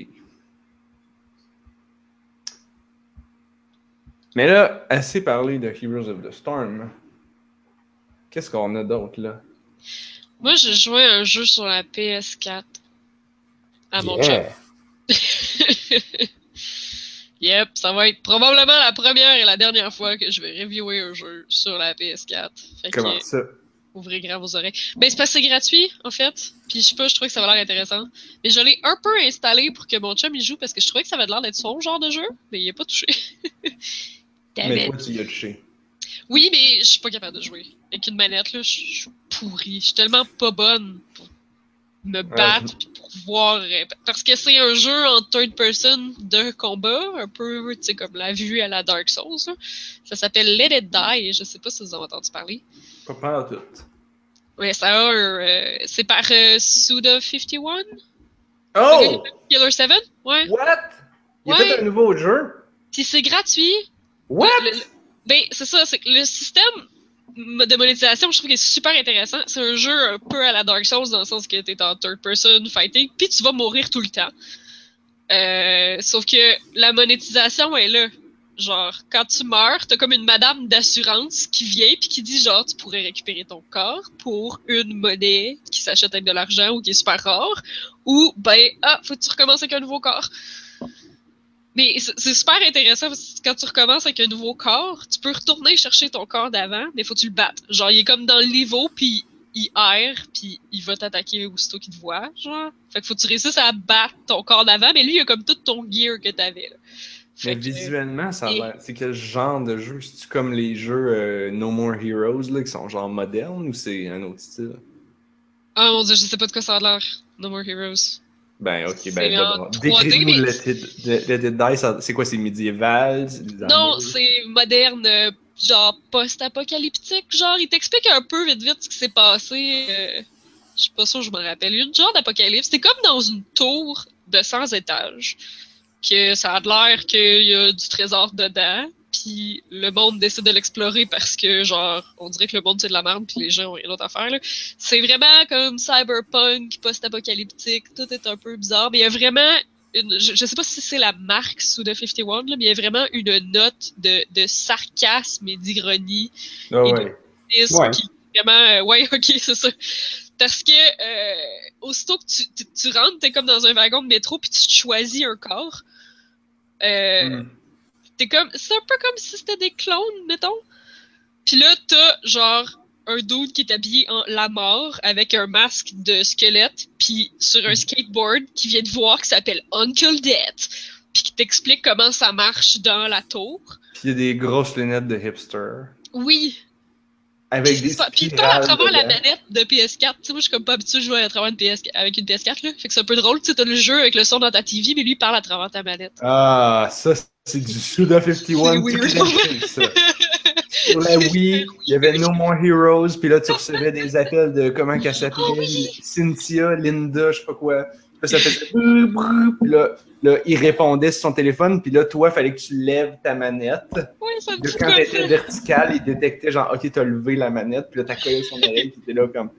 Mais là, assez parlé de Heroes of the Storm. Qu'est-ce qu'on a d'autre, là? Moi, j'ai joué à un jeu sur la P S quatre. À mon chat. Yeah. Yep, ça va être probablement la première et la dernière fois que je vais reviewer un jeu sur la P S quatre. Fait Comment que, ça? ouvrez grand vos oreilles. Ben, c'est parce que c'est gratuit, en fait. Puis, je sais pas, je trouvais que ça avait l'air intéressant. Mais je l'ai un peu installé pour que mon chum y joue parce que je trouvais que ça avait l'air d'être son genre de jeu, mais il est pas touché. Damn Mais it. toi, tu y as touché. Oui, mais je suis pas capable de jouer. Avec une manette, là, je suis pourrie. Je suis tellement pas bonne pour me battre pis pour voir. euh, Parce que c'est un jeu en third person de combat, un peu, tu sais, comme la vue à la Dark Souls. Là. Ça s'appelle Let It Die. Je sais pas si vous avez entendu parler. Pas peur de tout. Ouais, ça a un. euh, c'est par euh, Suda cinquante et un? Oh! Killer sept? Ouais. What? Il a Ouais. fait un nouveau jeu? Puis c'est gratuit. What? Le, le, ben, c'est ça, c'est que le système de monétisation, je trouve qu'il est super intéressant. C'est un jeu un peu à la Dark Souls, dans le sens que t'es en third person fighting, puis tu vas mourir tout le temps. Euh, sauf que la monétisation est là. Genre, quand tu meurs, t'as comme une madame d'assurance qui vient puis qui dit genre, tu pourrais récupérer ton corps pour une monnaie qui s'achète avec de l'argent ou qui est super rare, ou ben, ah, faut que tu recommences avec un nouveau corps. Mais c'est super intéressant parce que quand tu recommences avec un nouveau corps, tu peux retourner chercher ton corps d'avant, mais faut que tu le battes. Genre, il est comme dans le niveau, puis il erre, puis il va t'attaquer aussitôt qu'il te voit, genre. Fait que faut que tu réussisses à battre ton corps d'avant, mais lui, il a comme tout ton gear que t'avais, là. Mais Que, visuellement, ça a et... l'air... C'est quel genre de jeu? C'est-tu comme les jeux euh, No More Heroes, là, qui sont genre modernes, ou c'est un autre style? Oh mon dieu, je sais pas de quoi ça a l'air. No More Heroes. Ben, ok, ben, d'abord. trois D, Décris-nous mais... Let It, Let It Die, ça- c'est quoi, c'est médiéval? C'est des Non, armures? c'est moderne, euh, genre post-apocalyptique, genre, il t'explique un peu vite vite ce qui s'est passé. Euh, je suis pas sûre, je me rappelle. Il y a une genre d'apocalypse. C'était comme dans une tour de cent étages, que ça a l'air qu'il y a du trésor dedans, puis le monde décide de l'explorer parce que, genre, on dirait que le monde c'est de la merde, puis les gens ont rien d'autre à faire, là. C'est vraiment comme cyberpunk, post-apocalyptique, tout est un peu bizarre, mais il y a vraiment une, je, je sais pas si c'est la marque Suda cinquante et un, là, mais il y a vraiment une note de, de sarcasme et d'ironie Ah et ouais. de cynisme Ouais. qui vraiment, euh, ouais, ok, c'est ça. Parce que, euh, aussitôt que tu, tu, tu rentres, t'es comme dans un wagon de métro, puis tu choisis un corps. Euh, Mm. T'es comme, c'est un peu comme si c'était des clones, mettons. Puis là, t'as genre un dude qui est habillé en la mort avec un masque de squelette, puis sur un skateboard qui vient de voir qui s'appelle Uncle Death, puis qui t'explique comment ça marche dans la tour. Puis il y a des grosses lunettes de hipster. Oui. Avec Puis des c'est pas- puis il parle à spirales travers la dedans. manette de P S quatre. Tu sais, moi, je suis comme pas habituée de jouer à travers une P S avec une P S quatre, là. Fait que c'est un peu drôle, tu sais, t'as le jeu avec le son dans ta T V, mais lui, il parle à travers ta manette. Ah, ça, c'est du Suda C'est cinquante et un weird. tout craché, ça. Sur la Wii, il y avait No More Heroes, puis là, tu recevais des appels de comment qu'elle s'appelait, Oh oui! Cynthia, Linda, je sais pas quoi. Puis là, ça faisait brrr, brrr, puis là, là, il répondait sur son téléphone, puis là, toi, fallait que tu lèves ta manette. Ouais, ça me Puis dit là, quand quoi, t'étais ça? vertical, il détectait genre, ok, t'as levé la manette, puis là, t'as collé son oreille, puis t'es là comme,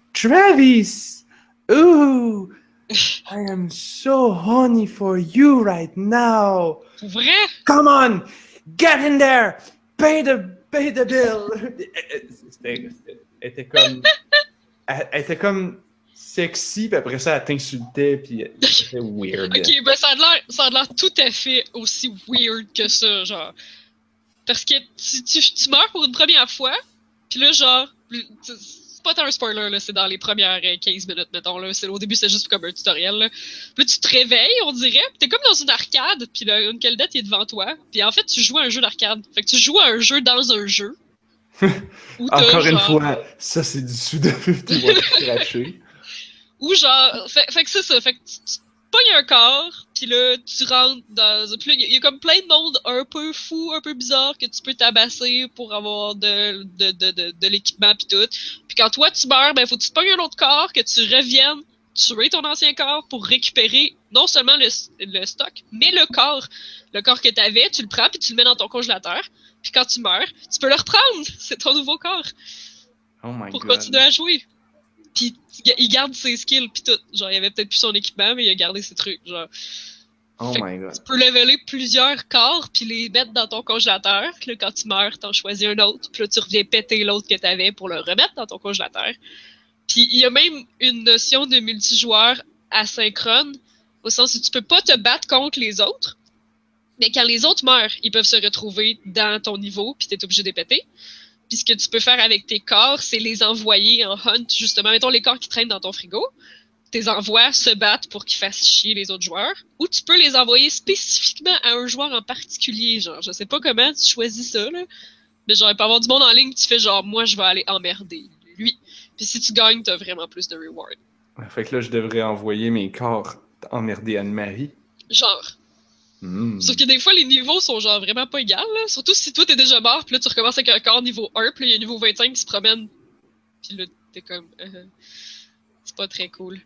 Travis! Ooh! I am so horny for you right now! Pour vrai? Come on! Get in there! Pay the, pay the bill! C'était, c'était- elle était comme. Elle, elle était comme sexy, puis après ça, elle t'insultait, puis c'était weird. Ok, ben ça a l'air, ça a l'air tout à fait aussi weird que ça, genre. Parce que tu, tu, tu meurs pour une première fois, puis là, genre, c'est pas tant un spoiler, là, c'est dans les premières quinze minutes, mettons, là. C'est, au début, c'est juste comme un tutoriel, là. Puis là, tu te réveilles, on dirait, pis t'es comme dans une arcade, puis le Uncle Death il est devant toi, puis en fait, tu joues à un jeu d'arcade. Fait que tu joues à un jeu dans un jeu. Où t'as, Encore une genre, fois, ça, c'est du Suda cinquante et un scratché. Ou genre, fait, fait que c'est ça, fait que tu, tu pognes un corps, puis là, tu rentres dans... Puis là, il y, y a comme plein de monde un peu fou, un peu bizarre, que tu peux tabasser pour avoir de, de, de, de, de l'équipement pis tout. Puis quand toi, tu meurs, ben faut que tu te pognes un autre corps, que tu reviennes tuer ton ancien corps pour récupérer non seulement le, le stock, mais le corps. Le corps que t'avais, tu le prends, puis tu le mets dans ton congélateur. Puis quand tu meurs, tu peux le reprendre. C'est ton nouveau corps. Oh my Pour god. continuer à jouer. Puis il garde ses skills pis tout. Genre, il avait peut-être plus son équipement, mais il a gardé ses trucs, genre. Oh Fait my god. tu peux leveler plusieurs corps puis les mettre dans ton congélateur. Puis là, quand tu meurs, t'en choisis un autre. Puis là, tu reviens péter l'autre que t'avais pour le remettre dans ton congélateur. Puis il y a même une notion de multijoueur asynchrone, au sens où tu peux pas te battre contre les autres. Mais quand les autres meurent, ils peuvent se retrouver dans ton niveau puis t'es obligé de les péter. Puis ce que tu peux faire avec tes corps, c'est les envoyer en hunt, justement. Mettons les corps qui traînent dans ton frigo. Tu les envoies se battre pour qu'ils fassent chier les autres joueurs. Ou tu peux les envoyer spécifiquement à un joueur en particulier. Genre, je sais pas comment tu choisis ça, là. Mais genre, il peut y avoir du monde en ligne, tu fais genre, moi, je vais aller emmerder lui. Puis si tu gagnes, t'as vraiment plus de reward. Fait que là, je devrais envoyer mes corps emmerder Anne-Marie. Genre. Mm. Sauf que des fois, les niveaux sont genre vraiment pas égales, là. Surtout si toi, t'es déjà mort, puis là, tu recommences avec un corps niveau un, puis là, il y a un niveau vingt-cinq qui se promène. Puis là, t'es comme... Euh, c'est pas très cool.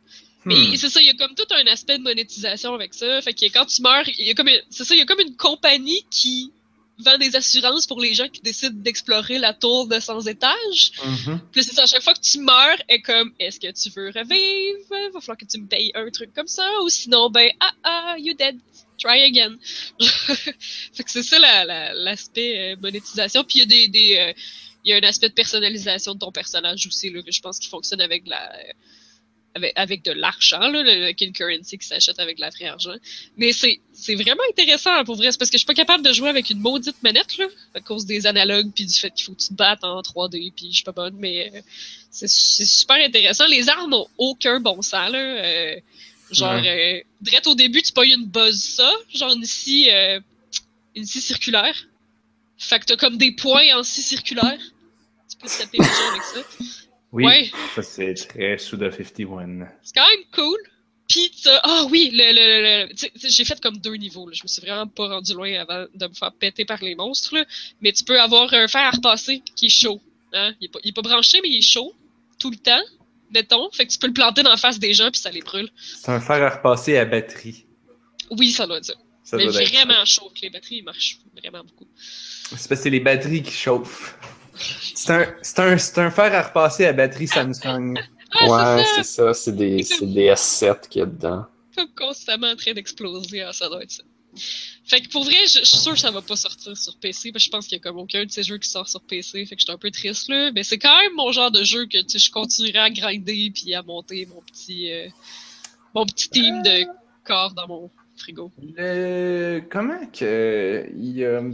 Mais Hmm. c'est ça, il y a comme tout un aspect de monétisation avec ça. Fait que quand tu meurs, il y a comme une, c'est ça, il y a comme une compagnie qui vend des assurances pour les gens qui décident d'explorer la tour de cent étages. Mhm. Puis c'est ça, à chaque fois que tu meurs, est comme, est-ce que tu veux revivre? Va falloir que tu me payes un truc comme ça, ou sinon, ben, ah, ah, you dead. Try again. Fait que c'est ça la, la, l'aspect euh, monétisation. Puis il y a des, des euh, il y a un aspect de personnalisation de ton personnage aussi, là, que je pense qui fonctionne avec la, euh, avec, avec de l'argent, là, le, le kill currency qui s'achète avec la vraie argent. Mais c'est, c'est vraiment intéressant, pour vrai. C'est parce que je suis pas capable de jouer avec une maudite manette, là, à cause des analogues, puis du fait qu'il faut que tu te battes en trois D, puis je suis pas bonne, mais euh, c'est, c'est super intéressant. Les armes n'ont aucun bon sens, là. Euh, genre, Ouais. euh, direct au début, tu pognes une buzz ça, genre une scie, euh, une scie circulaire. Fait que t'as comme des points en scie circulaire. Tu peux te taper les gens avec ça. Oui, Ouais. ça c'est très Suda cinquante et un. C'est quand même cool. Pis t'as... Ah oui, le, le, le, tu sais, j'ai fait comme deux niveaux, là. Je me suis vraiment pas rendu loin avant de me faire péter par les monstres, là. Mais tu peux avoir un fer à repasser qui est chaud. Hein? Il est pas, il est pas branché, mais il est chaud. Tout le temps. Mettons. Fait que tu peux le planter dans la face des gens puis ça les brûle. C'est un fer à repasser à batterie. Oui, ça doit être ça. Ça mais doit être vraiment chaud, que les batteries ils marchent vraiment beaucoup. ça. C'est parce que c'est les batteries qui chauffent. C'est un, c'est un, c'est un fer à repasser à batterie Samsung. Ah, Ouais, c'est ça! c'est ça. C'est des, c'est des S sept qu'il y a dedans. Comme constamment en train d'exploser. Ah, ça doit être ça. Fait que pour vrai, je, je suis sûr que ça va pas sortir sur P C, parce que je pense qu'il y a comme aucun de ces jeux qui sort sur P C, fait que j'étais un peu triste, là. Mais c'est quand même mon genre de jeu que, tu sais, je continuerai à grinder puis à monter mon petit, euh, mon petit team de corps dans mon frigo. Le... Comment que... Il, euh,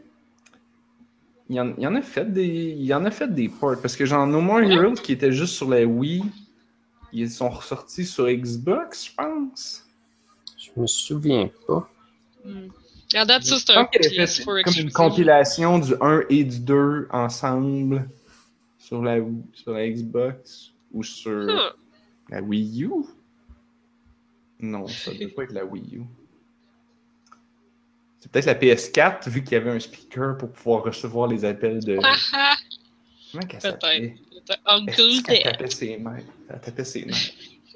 il, en, il en a fait des... Il en a fait des ports, parce que genre No More Ouais. Heroes qui était juste sur la Wii, ils sont ressortis sur Xbox, je pense. Je me souviens pas. Hmm. À date, ça, c'est Je un pense qu'il avait P fait S quatre comme une exclusive. compilation du un et du deux ensemble sur la, sur la Xbox ou sur Huh. la Wii U. Non, ça ne doit pas être la Wii U. C'est peut-être la P S quatre, vu qu'il y avait un speaker pour pouvoir recevoir les appels de... Ah, ah. Comment qu'elle Peut-être. s'appelait? Peut-être Uncle Est-ce qu'elle Dad. tapait ses mains? Elle tapait ses mains.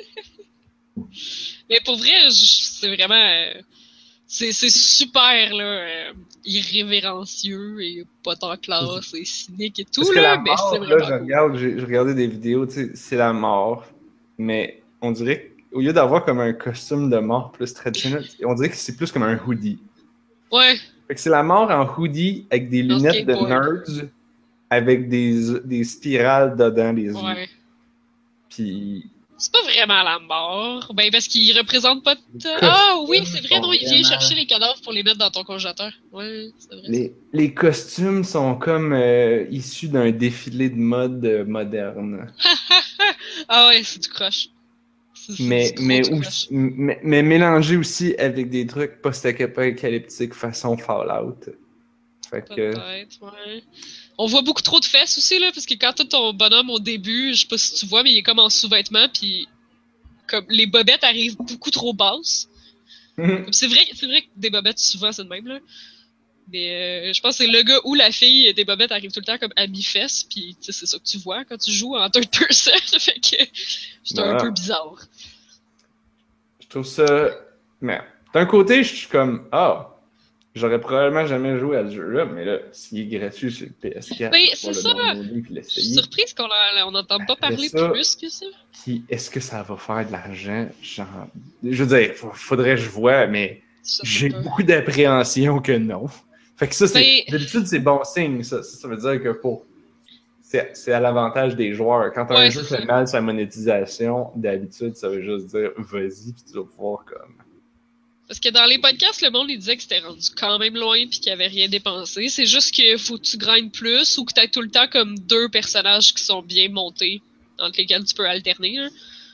Mais pour vrai, je- c'est vraiment... euh, c'est, c'est super, là, euh, irrévérencieux et pas tant classe et cynique et tout, Parce que là, la mais c'est mort, là, vraiment je cool. regarde, j'ai je regardais des vidéos, tu sais, c'est la mort. Mais on dirait qu'au lieu d'avoir comme un costume de mort plus traditionnel, on dirait que c'est plus comme un hoodie. Ouais, Fait que c'est la mort en hoodie avec des En lunettes de skateboard. nerds avec des, des spirales dedans les yeux. ouais. Puis C'est pas vraiment la mort. Ben, parce qu'il représente pas... T- Les ah oui, costumes c'est vrai, sont non, il vient vraiment- chercher les cadavres pour les mettre dans ton congélateur. Ouais, c'est vrai. les, les costumes sont comme euh, issus d'un défilé de mode euh, moderne. Ah ouais, c'est du croche. C'est, c'est Mais, du gros mais, du aussi, croche. mais, mais mélangé aussi avec des trucs post-apocalyptiques façon Fallout. Fait que... Peut-être, ouais. On voit beaucoup trop de fesses aussi, là, parce que quand t'as ton bonhomme au début, je sais pas si tu vois, mais il est comme en sous-vêtements, puis comme les bobettes arrivent beaucoup trop basses. Comme c'est vrai, c'est vrai que des bobettes, souvent, c'est de même, là. Mais euh, je pense que c'est le gars ou la fille des bobettes arrivent tout le temps comme à mi-fesses, puis tu sais, c'est ça que tu vois quand tu joues en third person, fait que c'est un Ouais. peu bizarre. Je trouve ça... Mais d'un côté, je suis comme, ah, j'aurais probablement jamais joué à ce jeu-là, mais là, s'il est gratuit sur le P S quatre, Oui, je c'est vais ça. le downloader puis Je suis l'essayer. surprise qu'on n'entende pas Après parler ça- plus que ça. Puis est-ce que ça va faire de l'argent? Genre, je veux dire, f- faudrait que je vois, mais Je sais j'ai pas. beaucoup d'appréhension que non. Fait que ça, c'est Ben- d'habitude, c'est bon signe. Ça, ça veut dire que pour... c'est c'est à l'avantage des joueurs. Quand un Ouais, jeu c'est fait ça. mal sa monétisation, d'habitude, ça veut juste dire vas-y, puis tu vas pouvoir comme... Parce que dans les podcasts, le monde il disait que c'était rendu quand même loin puis qu'il avait rien dépensé. C'est juste que faut que tu grindes plus ou que tu aies tout le temps comme deux personnages qui sont bien montés, entre lesquels tu peux alterner. Là.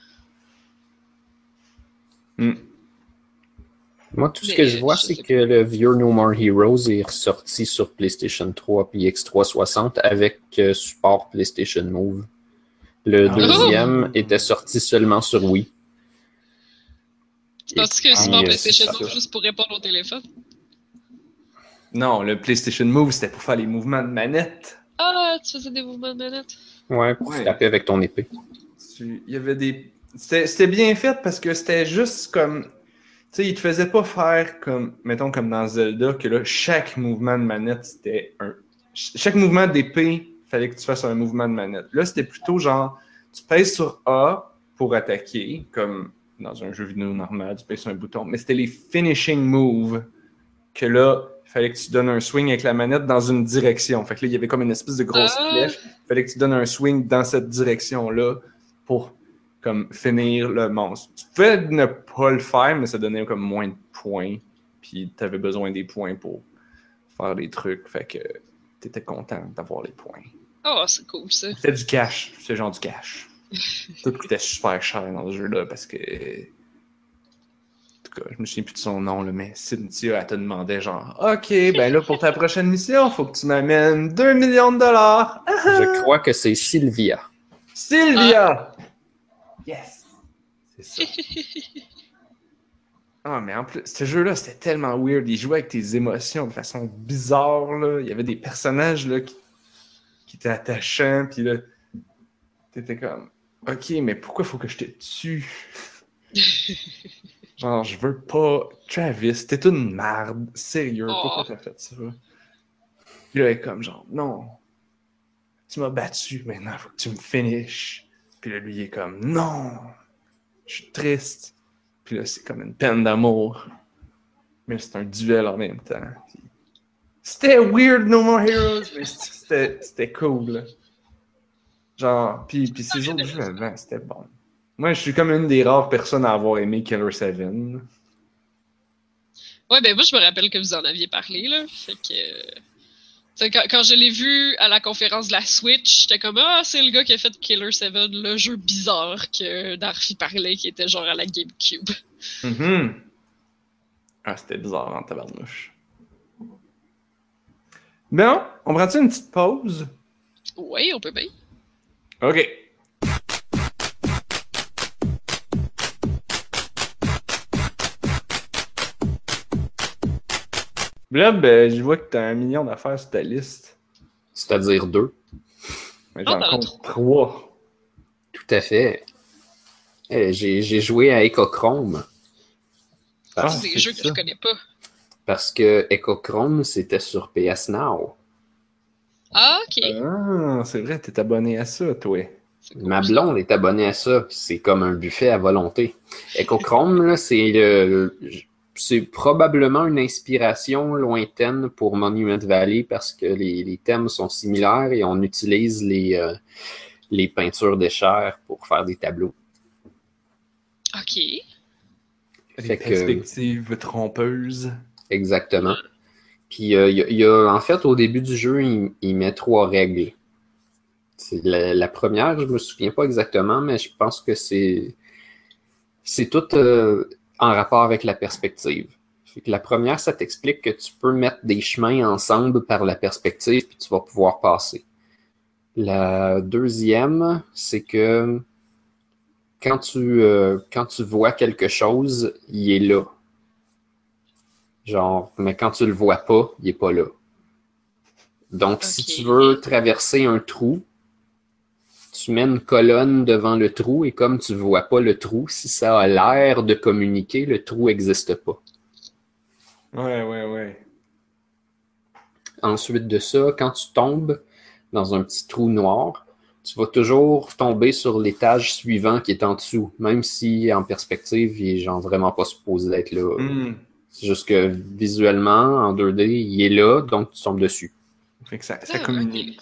Hmm. Moi, tout ce Mais, que je vois, je c'est sais que le vieux No More Heroes est ressorti sur PlayStation trois puis X trois cent soixante avec euh, support PlayStation Move. Le Ah. deuxième Oh! était sorti seulement sur Wii. Tu penses que Et c'est puis, pas euh, PlayStation c'est Move ça. juste pour répondre au téléphone? Non, le PlayStation Move, c'était pour faire les mouvements de manette. Ah, tu faisais des mouvements de manette. Ouais, pour Ouais. frapper avec ton épée. Tu- Il y avait des... c'était c'était bien fait parce que c'était juste comme... Tu sais, il te faisait pas faire comme, mettons, comme dans Zelda, que là, chaque mouvement de manette, c'était un... ch- Chaque mouvement d'épée, fallait que tu fasses un mouvement de manette. Là, c'était plutôt genre, tu pèses sur A pour attaquer, comme dans un jeu vidéo normal, tu pèses sur un bouton, mais c'était les finishing moves que là, il fallait que tu donnes un swing avec la manette dans une direction. Fait que là, il y avait comme une espèce de grosse Ah, flèche. Il fallait que tu donnes un swing dans cette direction-là pour comme finir le monstre. Tu pouvais ne pas le faire, mais ça donnait comme moins de points. Puis tu avais besoin des points pour faire des trucs. Fait que tu étais content d'avoir les points. oh, c'est cool ça. C'était du cash. C'était genre du cash. Tout coûtait super cher dans ce jeu-là parce que... En tout cas, je me souviens plus de son nom, là, mais Cynthia, elle te demandait genre, OK, ben là, pour ta prochaine mission, faut que tu m'amènes deux millions de dollars. Je crois que c'est Sylvia. Sylvia! Yes! C'est ça. Ah, mais en plus, ce jeu-là, c'était tellement weird. Il jouait avec tes émotions de façon bizarre, là. Il y avait des personnages, là, qui, qui étaient attachants, puis là, t'étais comme, OK, mais pourquoi faut que je te tue? Genre, je veux pas. Travis, t'es une merde. Sérieux, Oh. pourquoi t'as fait ça? Puis là, elle est comme genre, non. Tu m'as battu, maintenant, faut que tu me finishes. Puis là, lui, il est comme, non. Je suis triste. Puis là, c'est comme une peine d'amour. Mais c'est un duel en même temps. Puis... C'était weird, No More Heroes, mais c'était, c'était cool. Genre, puis, puis ces autres jeux avant, c'était bon. Moi, je suis comme une des rares personnes à avoir aimé Killer sept. Ouais, ben moi, je me rappelle que vous en aviez parlé, là. Fait que... T'sais, quand, quand je l'ai vu à la conférence de la Switch, j'étais comme « Ah, c'est le gars qui a fait Killer sept, le jeu bizarre que Darphy parlait, qui était genre à la GameCube. » Mm-hmm. Ah, c'était bizarre en tabarnouche. Bon, on prend-tu une petite pause? Oui, on peut bien. OK. Là, ben, je vois que t'as un million d'affaires sur ta liste. C'est-à-dire deux. Mais j'en Oh, compte trois. Tout à fait. Eh, J'ai j'ai joué à Echochrome. Parce, Ah, c'est des c'est jeux que ça. je connais pas. parce que Echochrome, c'était sur P S Now. Ah, ok. Ah, c'est vrai, t'es abonné à ça, toi. C'est cool, Ma ça. blonde est abonnée à ça. C'est comme un buffet à volonté. Echochrome, là, c'est le... c'est probablement une inspiration lointaine pour Monument Valley parce que les, les thèmes sont similaires et on utilise les, euh, les peintures de chair pour faire des tableaux. Ok. Les Fait que, perspectives trompeuses. exactement. Puis euh, il y a- il y a, en fait, au début du jeu, il, il met trois règles. C'est la, la première, je me souviens pas exactement, mais je pense que c'est c'est tout euh, en rapport avec la perspective. Fait que la première, ça t'explique que tu peux mettre des chemins ensemble par la perspective, puis tu vas pouvoir passer. La deuxième, c'est que quand tu, euh, quand tu vois quelque chose, il est là. Genre, mais quand tu le vois pas, il est pas là. Donc, si Ok. tu veux traverser un trou, tu mets une colonne devant le trou et comme tu vois pas le trou, si ça a l'air de communiquer, le trou n'existe pas. Ouais, ouais, ouais. Ensuite de ça, quand tu tombes dans un petit trou noir, tu vas toujours tomber sur l'étage suivant qui est en dessous, même si en perspective, il est genre vraiment pas supposé être là. Hmm. C'est juste que visuellement, en deux D, il est là, donc tu tombes dessus. Fait que ça, ça Ah, communique.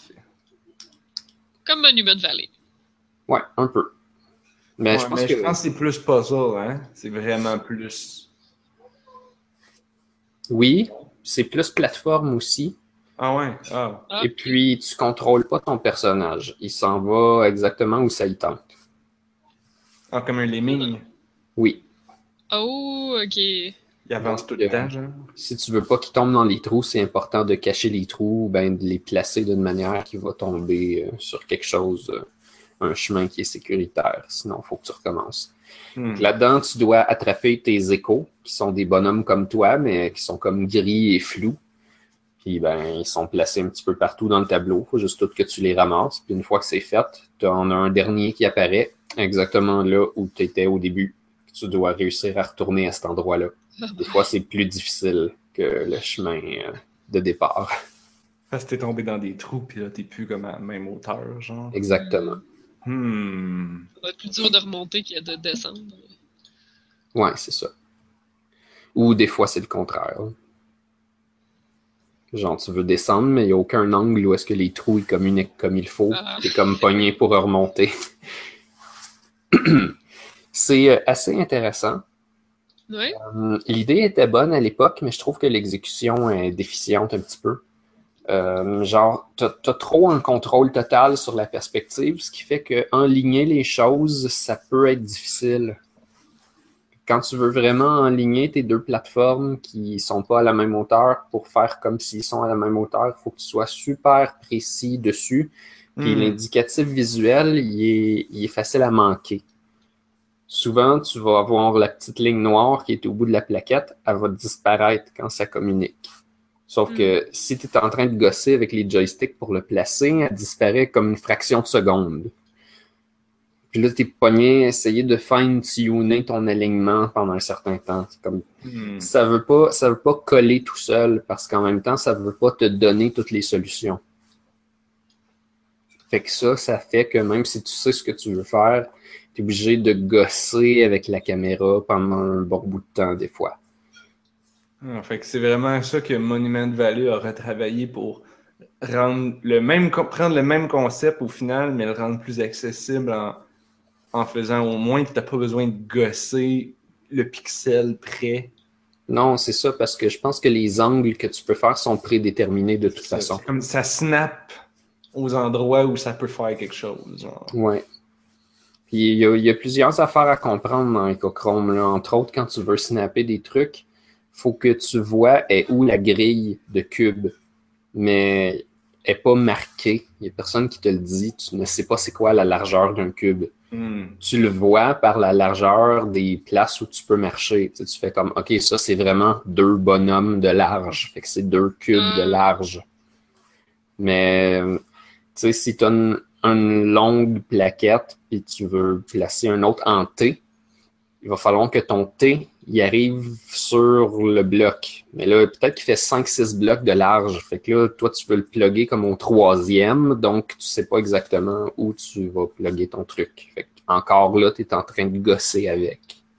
Comme Monument Valley. Ouais, un peu. Mais Ouais, je pense mais que je pense que c'est plus pas ça, hein? C'est vraiment plus... oui, c'est plus plateforme aussi. Ah ouais? Ah. Ah, Et puis, tu contrôles pas ton personnage. Il s'en va exactement où ça y tente. Ah, comme un lemming. Oui. oh, ok. Il avance Donc, tout le euh, temps, genre. Si tu veux pas qu'il tombe dans les trous, c'est important de cacher les trous ou ben de les placer d'une manière qui va tomber euh, sur quelque chose, euh, un chemin qui est sécuritaire. Sinon, il faut que tu recommences. Hmm. Là-dedans, tu dois attraper tes échos, qui sont des bonhommes comme toi, mais qui sont comme gris et flous. Puis ben, ils sont placés un petit peu partout dans le tableau. Il faut juste tout que tu les ramasses. Puis une fois que c'est fait, tu en as un dernier qui apparaît. exactement là où tu étais au début. Tu dois réussir à retourner à cet endroit-là. Des fois, c'est plus difficile que le chemin euh, de départ. Parce que t'es tombé dans des trous, puis là, t'es plus comme à la même hauteur, genre. Exactement. Hmm. Ça va être plus dur de remonter que de descendre. Ouais, c'est ça. Ou des fois, c'est le contraire. Genre, tu veux descendre, mais il n'y a aucun angle où est-ce que les trous ils communiquent comme il faut. Ah. T'es comme pogné pour remonter. C'est euh, assez intéressant. Ouais. Euh, L'idée était bonne à l'époque, mais je trouve que l'exécution est déficiente un petit peu. Euh, genre, t'as, t'as trop un contrôle total sur la perspective, ce qui fait que enligner les choses, ça peut être difficile. Quand tu veux vraiment enligner tes deux plateformes qui sont pas à la même hauteur pour faire comme s'ils sont à la même hauteur, il faut que tu sois super précis dessus. Puis Hmm. l'indicatif visuel, il est, il est facile à manquer. Souvent, tu vas avoir la petite ligne noire qui est au bout de la plaquette, elle va disparaître quand ça communique. Sauf Mm. que si tu es en train de gosser avec les joysticks pour le placer, elle disparaît comme une fraction de seconde. Puis là, t'es pogné à essayer de fine-tuner ton alignement pendant un certain temps. C'est comme, Hmm. ça veut pas, ça veut pas coller tout seul, parce qu'en même temps, ça veut pas te donner toutes les solutions. Fait que ça, ça fait que même si tu sais ce que tu veux faire, t'es obligé de gosser avec la caméra pendant un bon bout de temps, des fois. Ah, fait que c'est vraiment ça que Monument Valley a retravaillé pour rendre le même, co- prendre le même concept au final, mais le rendre plus accessible en, en faisant au moins que t'as pas besoin de gosser le pixel près. Non, c'est ça, parce que je pense que les angles que tu peux faire sont prédéterminés de toute C'est façon. c'est comme ça snap aux endroits où ça peut faire quelque chose. Genre. Ouais. Puis il y a, il y a plusieurs affaires à comprendre dans Echochrome, là. Entre autres, quand tu veux snapper des trucs, faut que tu vois est où la grille de cube. Mais elle n'est pas marquée. Il n'y a personne qui te le dit. Tu ne sais pas c'est quoi la largeur d'un cube. Hmm. Tu le vois par la largeur des places où tu peux marcher. Tu sais, tu fais comme, OK, ça, c'est vraiment deux bonhommes de large. Fait que c'est deux cubes de Ah. large. Mais, tu sais, si tu as une, une longue plaquette et tu veux placer un autre en T, il va falloir que ton T il arrive sur le bloc. Mais là, peut-être qu'il fait cinq six blocs de large. Fait que là, toi, tu veux le plugger comme au troisième, donc tu sais pas exactement où tu vas plugger ton truc. Fait que encore là, tu es en train de gosser avec.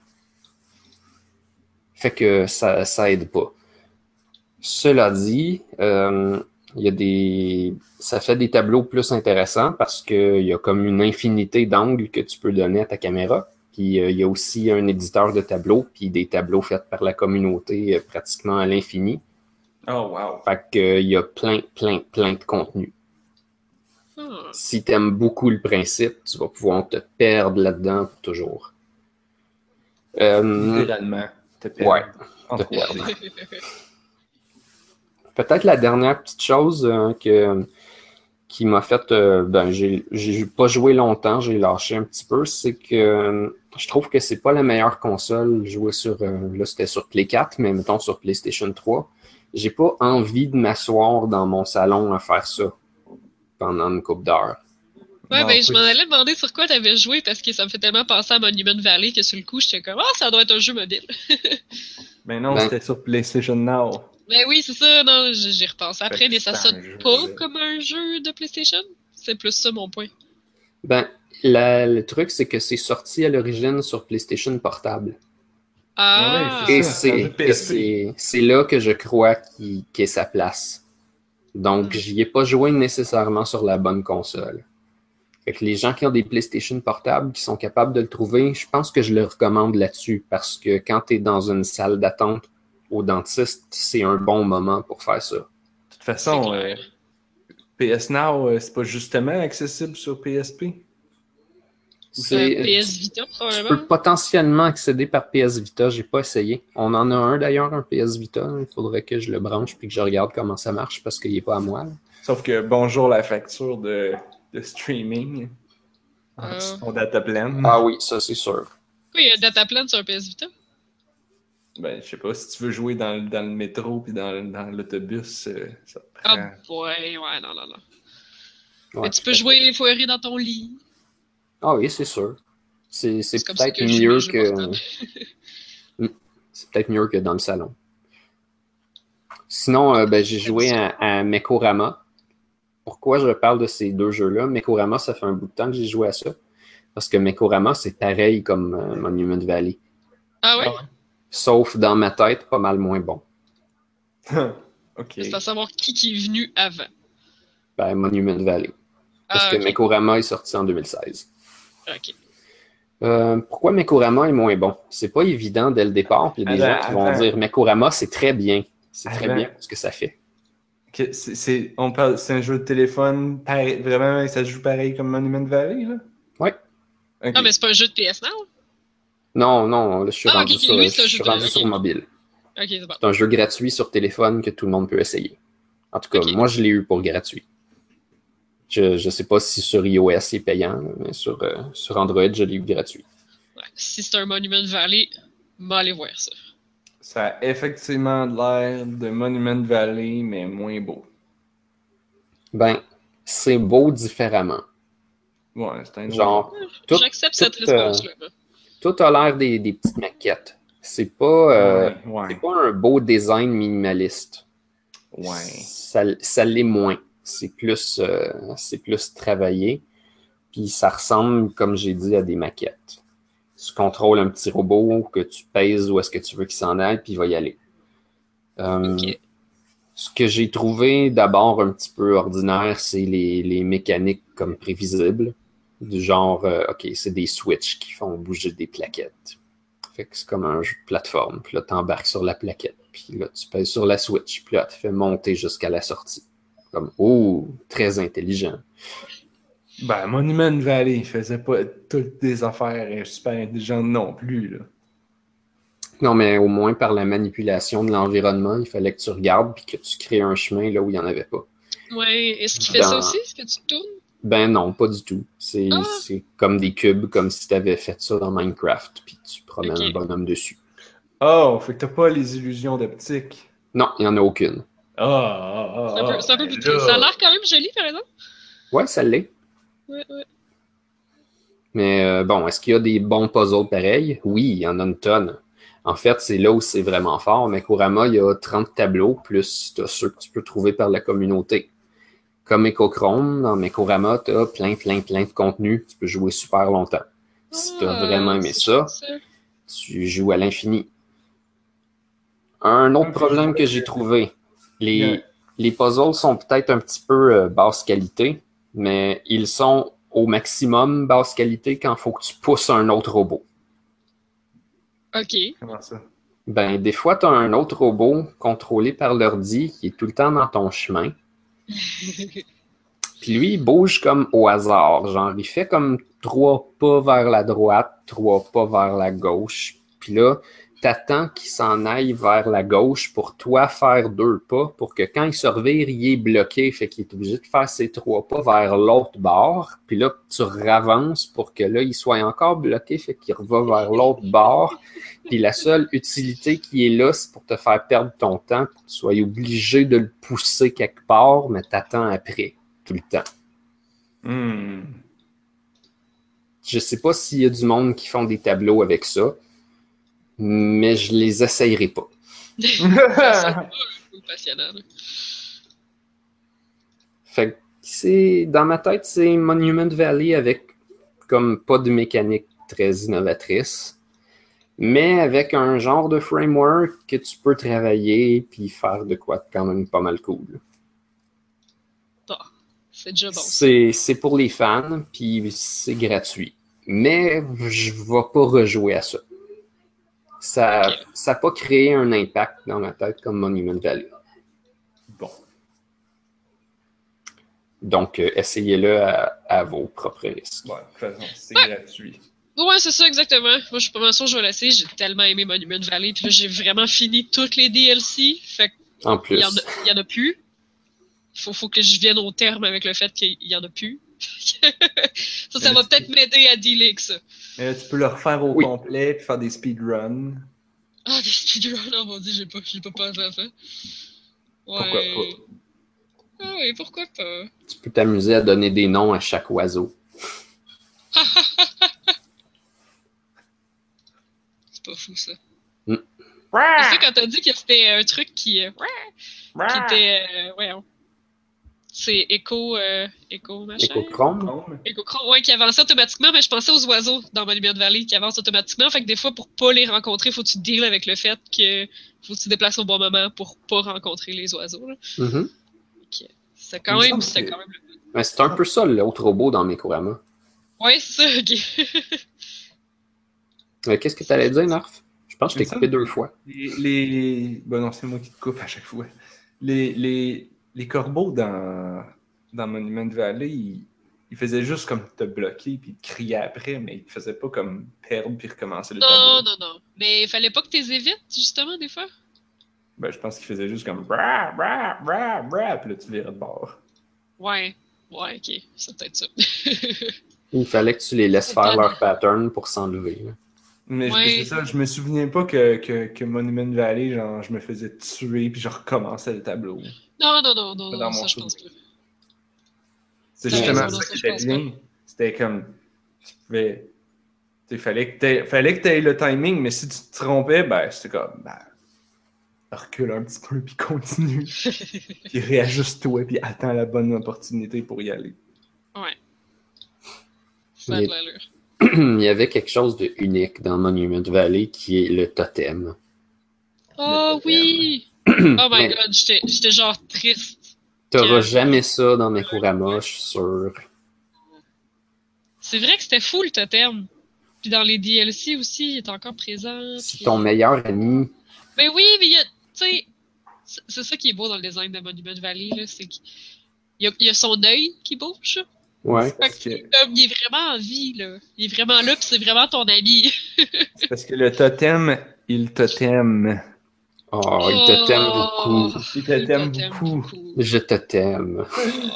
Fait que ça, ça aide pas. Cela dit, euh, il y a des, ça fait des tableaux plus intéressants parce qu'il y a comme une infinité d'angles que tu peux donner à ta caméra. Puis euh, il y a aussi un éditeur de tableaux, puis des tableaux faits par la communauté euh, pratiquement à l'infini. Oh, wow. Fait que euh, il y a plein, plein, plein de contenu. Ah. Si tu aimes beaucoup le principe, tu vas pouvoir te perdre là-dedans pour toujours. Euh, Littéralement. Te ouais, perdre. En te trois D. perdre. Peut-être la dernière petite chose euh, que qui m'a fait, euh, ben j'ai j'ai pas joué longtemps, j'ai lâché un petit peu, c'est que euh, je trouve que c'est pas la meilleure console jouer sur, euh, là c'était sur Play quatre, mais mettons sur PlayStation trois. J'ai pas envie de m'asseoir dans mon salon à faire ça pendant une couple d'heures. Ouais, Non, ben, je écoute, m'en allais demander sur quoi t'avais joué parce que ça me fait tellement penser à Monument Valley que sur le coup, j'étais comme, ah, ça doit être un jeu mobile. Ben non, Ben, c'était sur PlayStation Now. Ben oui, c'est ça, non, j- j'y repense Fait après, que mais ça c'est un sonne jeu. pas comme un jeu de PlayStation. C'est plus ça mon point. ben la- le truc, c'est que c'est sorti à l'origine sur PlayStation Portable. Ah ouais, c'est Et Ah! ça, c'est un jeu de c'est et P S P. c'est c'est là que je crois qu'il qu'il ait sa place. Donc, Hmm. j'y ai pas joué nécessairement sur la bonne console. Fait que les gens qui ont des PlayStation portables, qui sont capables de le trouver, je pense que je le recommande là-dessus parce que quand tu es dans une salle d'attente au dentiste, c'est un bon moment pour faire ça. De toute C'est façon, euh, clair. P S Now, euh, c'est pas justement accessible sur P S P? Ou c'est Euh, C'est, tu, P S Vita, tu peux probablement. potentiellement accéder par P S Vita, j'ai pas essayé. On en a un d'ailleurs, un P S Vita. Il faudrait que je le branche puis que je regarde comment ça marche parce qu'il est pas à moi. Là. Sauf que bonjour la facture de, de streaming en Euh... son data plan. Ah oui, ça c'est sûr. Oui, il y a un dataplan sur un P S Vita. Ben, je sais pas, si tu veux jouer dans, le- dans le métro puis dans, le- dans l'autobus, euh, ça te Ah, prend. ouais, ouais, non, non, non. Ouais, Mais tu tout peux à fait. jouer foiré dans ton lit. Ah oui, c'est sûr. C'est, c'est C'est comme ça peut-être que je joue mieux mes jeux que. portables. Hmm. C'est peut-être mieux que dans le salon. Sinon, euh, ben, j'ai joué à, à Mekorama. Pourquoi je parle de ces deux jeux-là? Mekorama, ça fait un bout de temps que j'ai joué à ça. Parce que Mekorama, c'est pareil comme euh, Monument Valley. Ah ouais? Ah Sauf dans ma tête, pas mal moins bon. ouais? Ok. C'est à savoir qui qui est venu avant. Ben, Monument Valley. Parce Ah, que ok. Mekorama est sorti en deux mille seize. Ok. Euh, pourquoi Mekorama est moins bon? C'est pas évident dès le départ. Puis il y a des Attends, gens qui vont attends. dire Mekorama, c'est très bien. C'est très Avant. bien ce que ça fait. Que c'est, c'est- on parle, c'est un jeu de téléphone, pareil- vraiment, ça se joue pareil comme Monument Valley, là? Ouais. Ok. Ah, mais c'est pas un jeu de P S Now? Non, non, là, je suis Ah, ok, rendu ok, sur, lui, je c'est un jeu suis de. rendu Ok, sur mobile. ok, c'est bon. C'est un jeu gratuit sur téléphone que tout le monde peut essayer. En tout cas, Ok. moi, je l'ai eu pour gratuit. Je ne sais pas si sur iOS c'est payant, mais sur, euh, sur Android, je l'ai eu gratuit. Ouais. Si c'est un Monument Valley, m'en aller voir ça. Ça a effectivement l'air de Monument Valley, mais moins beau. Ben, c'est beau différemment. Ouais, c'est un autre Genre, genre. tout, J'accepte cette tout, euh, réponse-là. moi. tout a l'air des, des petites maquettes. C'est pas, euh, Ouais, ouais, c'est pas un beau design minimaliste. ouais. Ça, ça l'est moins. C'est plus, euh, c'est plus travaillé. Puis ça ressemble, comme j'ai dit, à des maquettes. Tu contrôles un petit robot que tu pèses où est-ce que tu veux qu'il s'en aille, puis il va y aller. Euh, Ok. Ce que j'ai trouvé d'abord un petit peu ordinaire, c'est les, les mécaniques comme prévisibles. Du genre, euh, OK, c'est des switches qui font bouger des plaquettes. Fait que c'est comme un jeu de plateforme. Puis là, tu embarques sur la plaquette. Puis là, tu pèses sur la switch. Puis là, tu fais monter jusqu'à la sortie. Comme, oh, très intelligent. Ben, Monument Valley, il faisait pas toutes des affaires super intelligentes non plus, là. Non, mais au moins par la manipulation de l'environnement, il fallait que tu regardes puis que tu crées un chemin là où il n'y en avait pas. Ouais. Est-ce qu'il fait Dans... ça aussi? Est-ce que tu tournes? Ben non, pas du tout. C'est, Ah! c'est comme des cubes, comme si tu avais fait ça dans Minecraft, puis tu promènes Ok. un bonhomme dessus. Oh, fait que t'as pas les illusions d'optique. Non, il n'y en a aucune. Ah, ah, ah, C'est un peu, ah, c'est un peu ben plus triste. Ça a là. l'air quand même joli, par exemple. Ouais, ça l'est. Ouais, ouais. Mais euh, bon, est-ce qu'il y a des bons puzzles pareils? Oui, il y en a une tonne. En fait, c'est là où c'est vraiment fort. Mais Kurama, il y a trente tableaux, plus t'as ceux que tu peux trouver par la communauté. Comme Echochrome, dans Mekorama, tu as plein, plein, plein de contenu. Tu peux jouer super longtemps. Si tu as vraiment Ah, aimé c'est ça, chouette, ça. tu joues à l'infini. Un autre Comme je problème disais, que j'ai trouvé, il y a- les, les puzzles sont peut-être un petit peu euh, basse qualité, mais ils sont au maximum basse qualité quand il faut que tu pousses un autre robot. Ok. Comment ça? Ben, des fois, tu as un autre robot contrôlé par l'ordi qui est tout le temps dans ton chemin. Puis lui, il bouge comme au hasard. Genre, il fait comme trois pas vers la droite, trois pas vers la gauche. Puis là, t'attends qu'il s'en aille vers la gauche pour toi faire deux pas pour que quand il se revire, il est bloqué. Fait qu'il est obligé de faire ses trois pas vers l'autre bord. Puis là, tu ravances pour que là, il soit encore bloqué. Fait qu'il va vers l'autre bord. Puis la seule utilité qui est là, c'est pour te faire perdre ton temps, pour que tu sois obligé de le pousser quelque part, mais t'attends après, tout le temps. Hmm. Je sais pas s'il y a du monde qui font des tableaux avec ça, mais je les essayerai pas. Ça, c'est pas un peu passionnant. là. Fait que c'est, dans ma tête, c'est Monument Valley avec comme pas de mécanique très innovatrice, mais avec un genre de framework que tu peux travailler puis faire de quoi de quand même pas mal cool. Bon, c'est déjà bon. ça. C'est, c'est pour les fans, puis c'est gratuit. Mais je vais pas rejouer à ça. Ça Ok. n'a pas créé un impact dans ma tête comme Monument Valley. Bon. Donc, euh, essayez-le à, à vos propres risques. Bon, de toute façon, c'est Ouais. gratuit. Ouais, c'est ça, exactement. Moi, je suis pas mal sûr que je vais laisser. J'ai tellement aimé Monument Valley. Puis là, j'ai vraiment fini toutes les D L C. Fait En qu'il y en a, plus, il y en a plus. Il faut, faut que je vienne au terme avec le fait qu'il y en a plus. ça, ça Mais va là, peut-être m'aider à dealer avec ça. Mais là, tu peux le refaire au Oui. complet puis faire des speedruns. Ah, des speedruns, oh mon dieu, j'ai pas, j'ai pas pensé à ça. Ouais. Pourquoi pas? Ah oui, pourquoi pas? tu peux t'amuser à donner des noms à chaque oiseau. C'est pas fou, ça. Mm. C'est ça quand t'as dit que c'était un truc qui... Euh, qui était... Euh, ouais, c'est écho... Euh, écho machin? Éco-chrome? Éco-chrome, ouais, qui avançait automatiquement, mais je pensais aux oiseaux dans Monument Valley qui avancent automatiquement. Fait que des fois, pour pas les rencontrer, faut que tu deals avec le fait que faut que tu te déplaces au bon moment pour pas rencontrer les oiseaux. Là. Mm-hmm. Okay. C'est quand même... C'est que... quand même... Mais c'est un peu ça, l'autre robot dans Mekorama. Ouais, c'est ça, ok. Euh, Qu'est-ce que tu allais dire, Narf? Je pense que je t'ai coupé deux fois. Les, les... Ben non, c'est moi qui te coupe à chaque fois. Les, les, les corbeaux dans, dans Monument Valley, ils, ils faisaient juste comme te bloquer puis te crier après, mais ils te faisaient pas comme perdre puis recommencer le non, tableau. Non, non, non. Mais il fallait pas que tu les évites, justement, des fois. Ben, je pense qu'ils faisaient juste comme bra, bra, bra, bra, puis là, tu virais de bord. Ouais, ouais, ok. C'est peut-être ça. Il fallait que tu les laisses faire leur pattern pour s'enlever. Là. Mais Ouais. c'est ça, je me souviens pas que, que, que Monument Valley, genre, je me faisais tuer puis je recommençais le tableau. Non, non, non, non, Pas non dans ça, mon je show. pense pas. C'est T'as justement raison, ça ça, qui je était pense bien. C'était comme, tu pouvais, tu sais, fallait que t'aies, fallait que t'aies le timing, mais si tu te trompais, ben, c'était comme, ben, recule un petit peu puis continue. Puis réajuste-toi puis attends la bonne opportunité pour y aller. Ouais. Ça a de l'allure. Il y avait quelque chose de unique dans Monument Valley qui est le totem. Oh Le oui! Oh my Mais god, j'étais j'étais genre triste. t'auras que- jamais ça dans Mekorama, je suis sûr. C'est vrai que c'était fou le totem. Puis dans les D L C aussi, il est encore présent. C'est puis- ton meilleur ami. Mais oui, mais il y a, tu sais, c'est- c'est ça qui est beau dans le design de Monument Valley, là, c'est qu'il y a, il y a son œil qui bouge. Ouais. C'est parce, que, Comme il est vraiment en vie, là. Il est vraiment là, puis c'est vraiment ton ami. c'est parce que le totem, il te t'aime. Oh, il te t'aime beaucoup. Il te Il t'aime te t'aime beaucoup. beaucoup. Je te t'aime.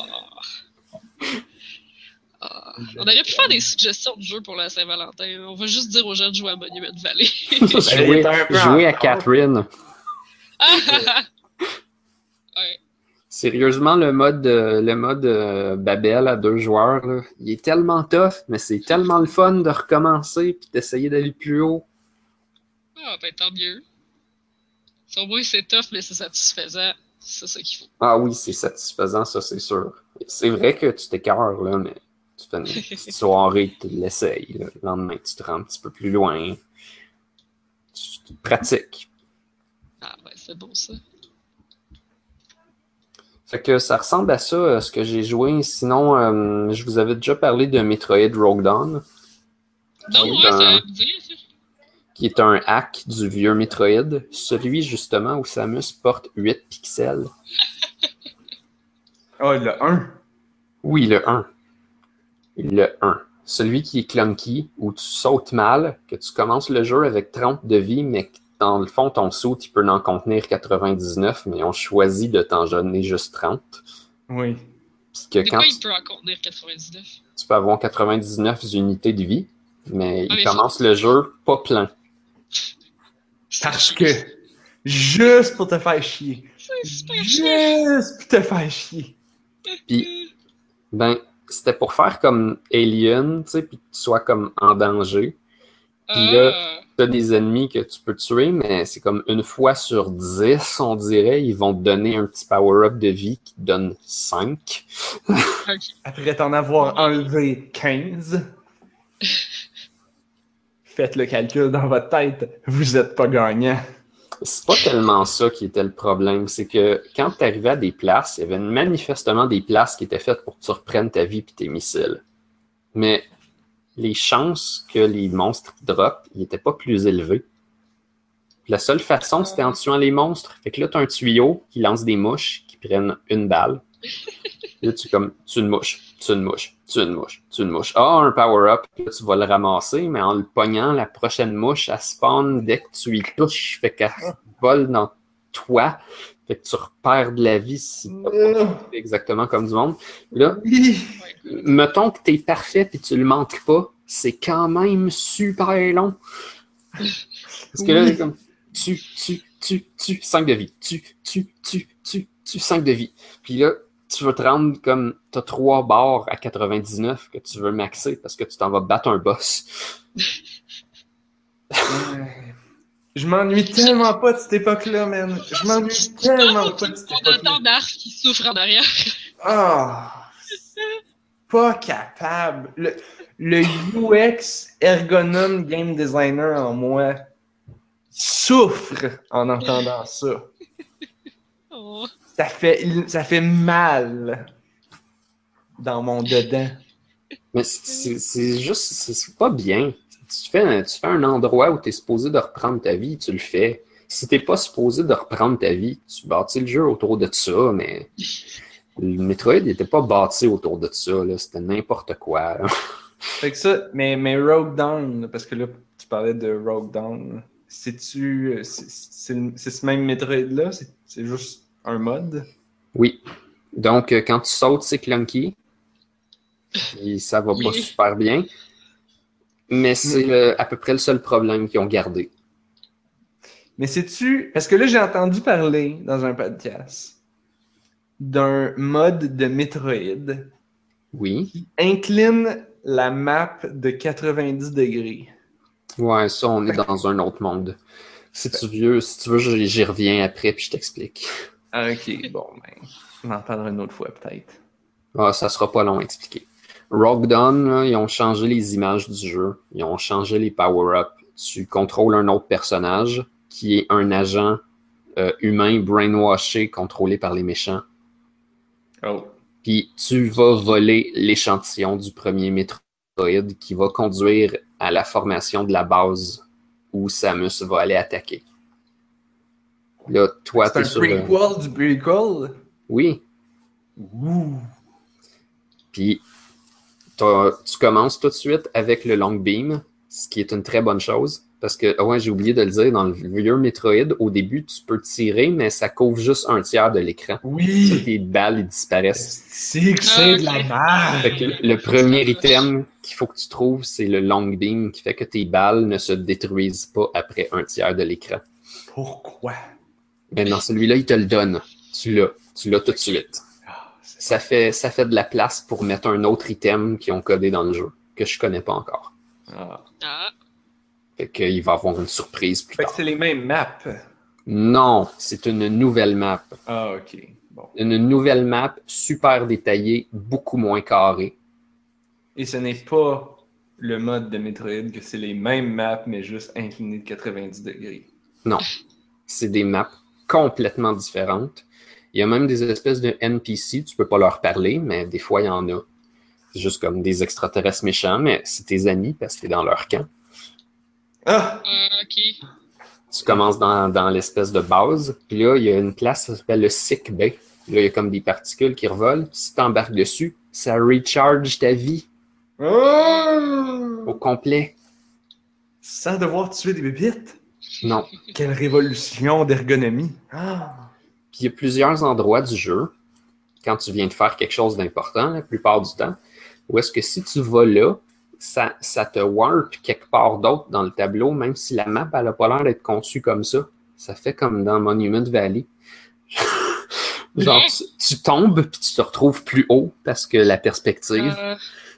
Ah. On aurait pu faire des suggestions de jeux pour la Saint-Valentin. On va juste dire aux gens de jouer à Monument Valley. jouer Ben, un peu jouer à encore. Catherine. Ouais. Sérieusement, le mode, euh, le mode euh, Babel à deux joueurs, là, il est tellement tough, mais c'est tellement le fun de recommencer puis d'essayer d'aller plus haut. Ah, ben tant mieux. Au moins c'est tough, mais c'est satisfaisant. C'est ça qu'il faut. Ah oui, c'est satisfaisant, ça, c'est sûr. C'est vrai que tu t'écœures, là, mais tu fais une petite soirée, tu l'essayes. Là. Le lendemain, tu te rends un petit peu plus loin. Tu, tu pratiques. Ah, ouais, c'est bon ça. Fait que ça ressemble à ça, à ce que j'ai joué. Sinon, euh, je vous avais déjà parlé de Metroid Rogue Dawn. Non, Qui est ouais, un- ça veut dire ça. qui est un hack du vieux Metroid. Celui, justement, où Samus porte huit pixels. Oh, le un. Oui, le un. Le un. Celui qui est clunky, où tu sautes mal, que tu commences le jeu avec trente de vie, mais que dans le fond, ton saut, il peut en contenir quatre-vingt-dix-neuf, mais on choisit de t'en donner juste trente. Oui. Puis que C'est quand quoi, tu, il peut en contenir quatre-vingt-dix-neuf? tu peux avoir quatre-vingt-dix-neuf unités de vie, mais Ah, il mais commence le jeu pas plein. Parce que, juste pour te faire chier. C'est super chiant. Juste pour te faire chier. Puis, ben, c'était pour faire comme Alien, tu sais, puis que tu sois comme en danger. Puis là, Ah, t'as des ennemis que tu peux tuer, mais c'est comme une fois sur dix, on dirait, ils vont te donner un petit power-up de vie qui te donne cinq. ok. Après t'en avoir enlevé quinze, faites le calcul dans votre tête, vous êtes pas gagnant. C'est pas tellement ça qui était le problème, c'est que quand tu arrivais à des places, il y avait manifestement des places qui étaient faites pour que tu reprennes ta vie et tes missiles. Mais les chances que les monstres drop, ils étaient pas plus élevés. La seule façon, c'était en tuant les monstres. Fait que là, tu as un tuyau qui lance des mouches qui prennent une balle. Là, tu comme, tu une mouche, tu une mouche, tu une mouche, tu une mouche. Ah, un power-up. Là, tu vas le ramasser, mais en le pognant, la prochaine mouche, elle spawn dès que tu y touches. Fait qu'elle vole dans toi. Fait que tu repères de la vie si t'as pas fait exactement comme du monde. Là, mettons que t'es parfait et tu le manques pas, c'est quand même super long. Parce que là, Oui. c'est comme tu, tu, tu, tu, cinq de vie. Tu, tu, tu, tu, tu, cinq de vie. Puis là, tu veux te rendre comme t'as trois barres à quatre-vingt-dix-neuf que tu veux maxer parce que tu t'en vas battre un boss. Je m'ennuie tellement pas de cette époque-là, man. Je m'ennuie tellement pas de cette On époque-là. entend Darf qui souffre en arrière. Ah! Pas capable. Le, le U X ergonome game designer en moi souffre en entendant ça. Oh. Ça fait, ça fait mal dans mon dedans. Mais c'est c'est juste, c'est c'est pas bien. Tu fais, un, tu fais un endroit où tu es supposé de reprendre ta vie, tu le fais. Si t'es pas supposé de reprendre ta vie, tu bâtis le jeu autour de ça, mais le Metroid n'était pas bâti autour de ça, là. C'était n'importe quoi. Là. Fait que ça, mais, mais Rogue Dawn, parce que là, tu parlais de Rogue Dawn, c'est-tu, c'est c'est le- c'est ce même Metroid-là? C'est c'est juste un mode? Oui. Donc, euh, quand tu sautes, c'est clunky. Et ça va pas Oui. super bien. Mais c'est le- à peu près le seul problème qu'ils ont gardé. Mais sais-tu, parce que là, j'ai entendu parler dans un podcast d'un mode de Metroid Oui. qui incline la map de quatre-vingt-dix degrés. Ouais, ça, on est dans un autre monde. Si tu veux, si tu veux, j'y j'y reviens après puis je t'explique. Ah, ok, bon, ben, on en parlera une autre fois, peut-être. Ah, ça sera pas long à expliquer. Rogue Dawn, là, ils ont changé les images du jeu. Ils ont changé les power-ups. Tu contrôles un autre personnage qui est un agent euh, humain brainwashé, contrôlé par les méchants. Oh. Puis tu vas voler l'échantillon du premier Metroid qui va conduire à la formation de la base où Samus va aller attaquer. Là, toi, C'est t'es un sur le... prequel du prequel? Oui. Ouh. Puis t'as- tu commences tout de suite avec le long beam, ce qui est une très bonne chose. Parce que, ah ouais, j'ai oublié de le dire, dans le vieux Metroid, au début, tu peux tirer, mais ça couvre juste un tiers de l'écran. Ça, Oui! tes balles, ils disparaissent. C'est que c'est de la Fait merde! que le premier item qu'il faut que tu trouves, c'est le long beam, qui fait que tes balles ne se détruisent pas après un tiers de l'écran. Pourquoi? Mais dans celui-là, il te le donne. Tu l'as. Tu l'as tout de Ok. suite. Ah, c'est Ça fait, ça fait de la place pour mettre un autre item qu'ils ont codé dans le jeu, que je connais pas encore. Ah. Ah. Fait qu'il va y avoir une surprise plus Fait que tard. c'est les mêmes maps. Non, c'est une nouvelle map. Ah, ok. Bon. Une nouvelle map super détaillée, beaucoup moins carrée. Et ce n'est pas le mode de Metroid, que c'est les mêmes maps, mais juste inclinées de quatre-vingt-dix degrés. Non, c'est des maps complètement différentes. Il y a même des espèces de N P C, tu peux pas leur parler, mais des fois il y en a. C'est juste comme des extraterrestres méchants, mais c'est tes amis parce que t'es dans leur camp. Ah! Euh, ok. Tu commences dans, dans l'espèce de base, puis là, il y a une place qui s'appelle le Sick Bay. Là, il y a comme des particules qui revolent. Si tu embarques dessus, ça recharge ta vie Oh! au complet. Sans devoir tuer des bébites? Non. Quelle révolution d'ergonomie! Ah! Puis il y a plusieurs endroits du jeu, quand tu viens de faire quelque chose d'important, la plupart du temps, où est-ce que si tu vas là, ça, ça te warp quelque part d'autre dans le tableau, même si la map, elle n'a pas l'air d'être conçue comme ça. Ça fait comme dans Monument Valley. Genre, tu, tu tombes puis tu te retrouves plus haut parce que la perspective. Euh,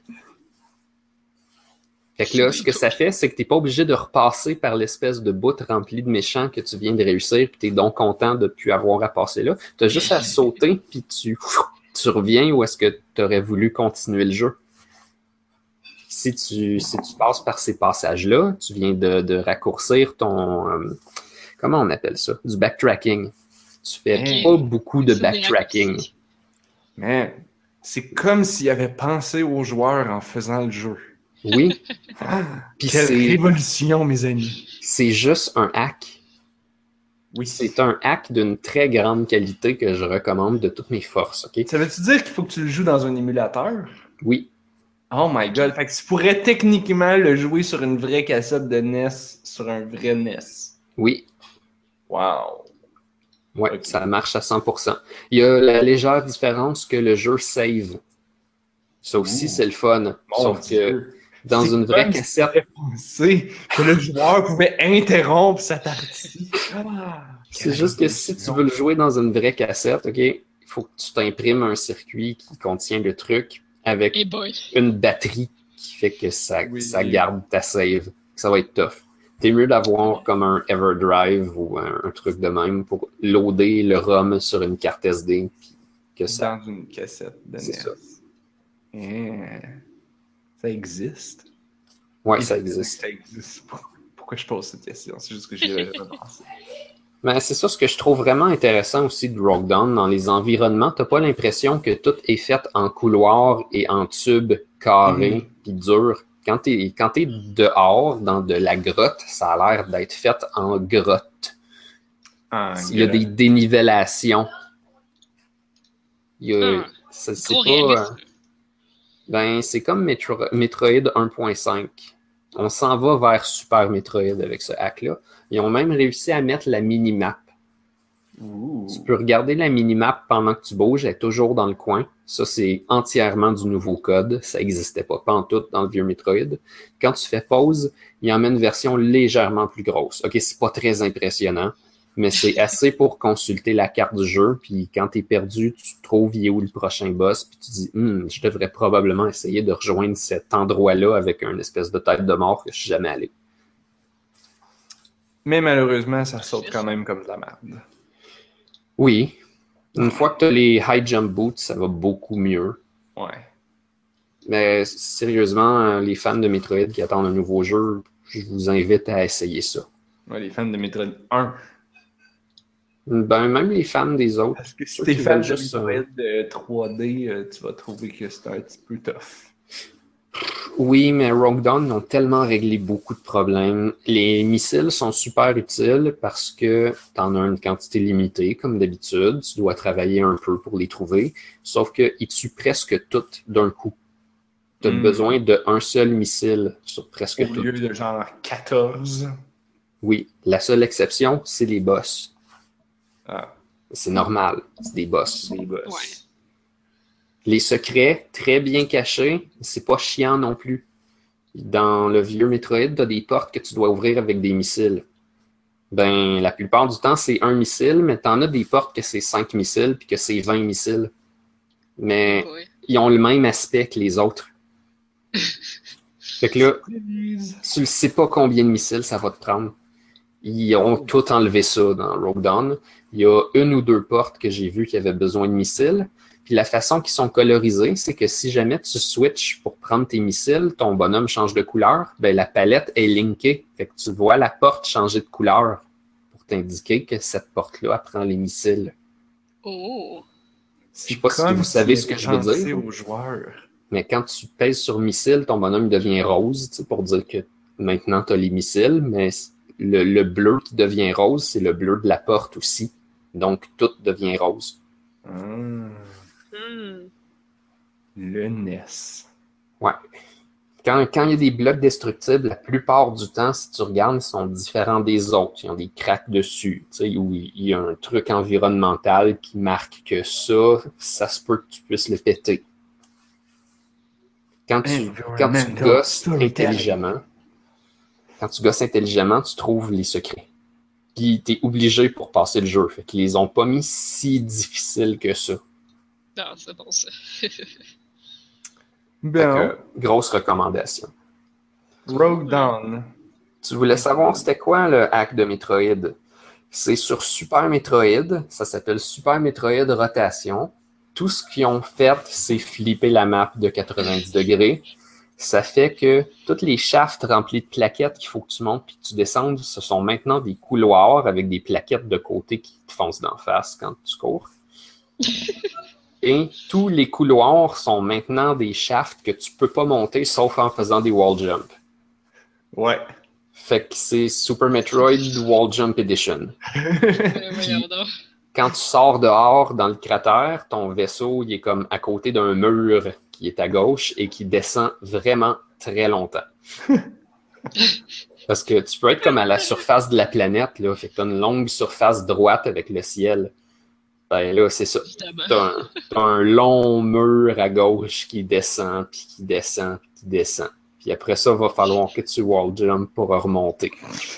Fait que là, ce que ça fait, c'est que t'es pas obligé de repasser par l'espèce de bout rempli de méchants que tu viens de réussir, puis t'es donc content de plus avoir à passer là. T'as juste à sauter, puis tu, tu reviens où est-ce que t'aurais voulu continuer le jeu. Si tu, si tu passes par ces passages-là, tu viens de, de raccourcir ton... euh, comment on appelle ça? Du backtracking. Tu fais Ok. pas beaucoup de c'est des backtracking. raccourcis. Mais c'est comme s'il avait pensé aux joueurs en faisant le jeu. Oui, Ah! puis Quelle c'est, révolution, mes amis! c'est juste un hack. Oui. C'est un hack d'une très grande qualité que je recommande de toutes mes forces, ok? Ça veut-tu dire qu'il faut que tu le joues dans un émulateur? Oui, Oh my god, fait que tu pourrais techniquement le jouer sur une vraie cassette de N E S, sur un vrai N E S. oui, Wow. ouais, Ok. ça marche à cent pour cent. Il y a la légère différence que le jeu save. Ça aussi, Ouh. c'est le fun. Mon Sauf que Dieu. dans C'est une vraie comme si cassette, t'avais pensé que le joueur pouvait interrompre sa partie. Ah, c'est quelle juste que si tu révolution. veux le jouer dans une vraie cassette, ok, il faut que tu t'imprimes un circuit qui contient le truc avec Hey boy. une batterie qui fait que ça, Oui. ça garde ta save. Ça va être tough. T'es mieux d'avoir comme un EverDrive ou un, un truc de même pour loader le ROM sur une carte S D. Puis que ça... Dans une cassette de C'est N E S. ça. Eh, ça existe. Ouais, Et ça c'est vrai que existe. Ça existe. Pourquoi je pose cette question? C'est juste que j'y avais jamais pensé. Mais c'est ça ce que je trouve vraiment intéressant aussi de Rogue Dawn. Dans les environnements, t'as pas l'impression que tout est fait en couloir et en tube carré Mhm. puis dur. Quand t'es, quand t'es dehors, dans de la grotte, ça a l'air d'être fait en grotte. En Il y a des grotte. dénivellations. Il y a, Ah, c'est, c'est c'est trop pas... euh, réaliste. Ben, c'est comme Metro- Metroid un point cinq. On s'en va vers Super Metroid avec ce hack-là. Ils ont même réussi à mettre la minimap. Ouh. Tu peux regarder la minimap pendant que tu bouges, elle est toujours dans le coin. Ça, c'est entièrement du nouveau code. Ça n'existait pas, pas en tout dans le vieux Metroid. Quand tu fais pause, il en met une version légèrement plus grosse. OK, c'est pas très impressionnant, mais c'est assez pour consulter la carte du jeu. Puis quand tu es perdu, tu trouves il est où le prochain boss. Puis tu dis, Hm, je devrais probablement essayer de rejoindre cet endroit-là avec une espèce de tête de mort que je suis jamais allé. Mais malheureusement, ça saute Parfait, quand ça. même comme de la merde. Oui, une fois que tu as les high jump boots, ça va beaucoup mieux. Ouais. Mais sérieusement, les fans de Metroid qui attendent un nouveau jeu, je vous invite à essayer ça. Ouais, les fans de Metroid un. Ben, même les fans des autres, Parce que si ceux t'es qui fan veulent de juste... euh, Metroid euh, trois D, euh, tu vas trouver que c'est un petit peu tough. Oui, mais Rogue Dawn ont tellement réglé beaucoup de problèmes. Les missiles sont super utiles parce que tu en as une quantité limitée, comme d'habitude. Tu dois travailler un peu pour les trouver. Sauf qu'ils tuent presque toutes d'un coup. Tu as Hmm. besoin d'un seul missile sur presque Au tout. lieu de genre quatorze. Oui, la seule exception, c'est les boss. Ah, C'est normal, c'est des boss. des boss. Ouais. Les secrets, très bien cachés, c'est pas chiant non plus. Dans le vieux Metroid, tu as des portes que tu dois ouvrir avec des missiles. Ben, la plupart du temps, c'est un missile, mais tu en as des portes que c'est cinq missiles puis que c'est vingt missiles. Mais Oh boy. ils ont le même aspect que les autres. Fait que là, Surprise. tu ne sais pas combien de missiles ça va te prendre. Ils ont tout enlevé ça dans Rogue Dawn. Il y a une ou deux portes que j'ai vues qui avaient besoin de missiles. Puis la façon qu'ils sont colorisés, c'est que si jamais tu switches pour prendre tes missiles, ton bonhomme change de couleur, ben la palette est linkée. Fait que tu vois la porte changer de couleur pour t'indiquer que cette porte-là prend les missiles. Oh. Je sais pas si vous savez ce que je veux dire. Aux joueurs. Mais quand tu pèses sur missile, ton bonhomme devient rose, tu sais, pour dire que maintenant tu as les missiles, mais le, le bleu qui devient rose, c'est le bleu de la porte aussi. Donc tout devient rose. Hmm. Hmm. Le N E S. Ouais. Quand, quand il y a des blocs destructibles, la plupart du temps, si tu regardes, ils sont différents des autres. Ils ont des cracks dessus, tu sais, où il y a un truc environnemental qui marque que ça, ça se peut que tu puisses le péter. Quand tu, quand tu gosses intelligemment, quand tu gosses intelligemment, tu trouves les secrets. Puis t'es obligé pour passer le jeu. Fait qu'ils les ont pas mis si difficiles que ça. Non, c'est bon ça. Fait Bon, que, grosse recommandation. Rogue Dawn. Tu voulais savoir c'était quoi le hack de Metroid? C'est sur Super Metroid. Ça s'appelle Super Metroid Rotation. Tout ce qu'ils ont fait, c'est flipper la map de quatre-vingt-dix degrés. Ça fait que toutes les shafts remplis de plaquettes qu'il faut que tu montes puis que tu descendes, ce sont maintenant des couloirs avec des plaquettes de côté qui te foncent d'en face quand tu cours. Et tous les couloirs sont maintenant des shafts que tu peux pas monter sauf en faisant des wall jump. Ouais. Fait que c'est Super Metroid Wall Jump Edition. Mais voyons donc. Quand tu sors dehors dans le cratère, ton vaisseau il est comme à côté d'un mur qui est à gauche et qui descend vraiment très longtemps. Parce que tu peux être comme à la surface de la planète, là. Fait que t'as une longue surface droite avec le ciel. Ben là, c'est ça. Évidemment. T'as un, t'as un long mur à gauche qui descend, puis qui descend, puis qui descend. Puis après ça, il va falloir que tu wall jump pour remonter.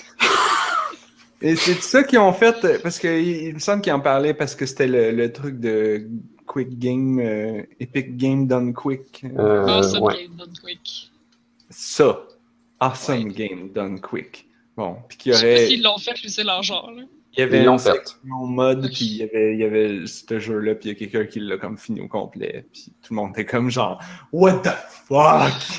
Et c'est ça qu'ils ont fait, parce qu'il il me semble qu'ils en parlaient parce que c'était le, le truc de Quick Game, euh, Epic Game Done Quick. Euh, Awesome ouais. game done quick. Ça. Awesome Ouais. Game Done Quick. Bon, puis qu'il y Je sais pas aurait... s'ils l'ont fait, lui, c'est leur genre, là. Il y avait Ils l'ont une fait. section mode, puis il y avait, il y avait ce jeu-là, puis il y a quelqu'un qui l'a comme fini au complet, puis tout le monde était comme genre « What the fuck? »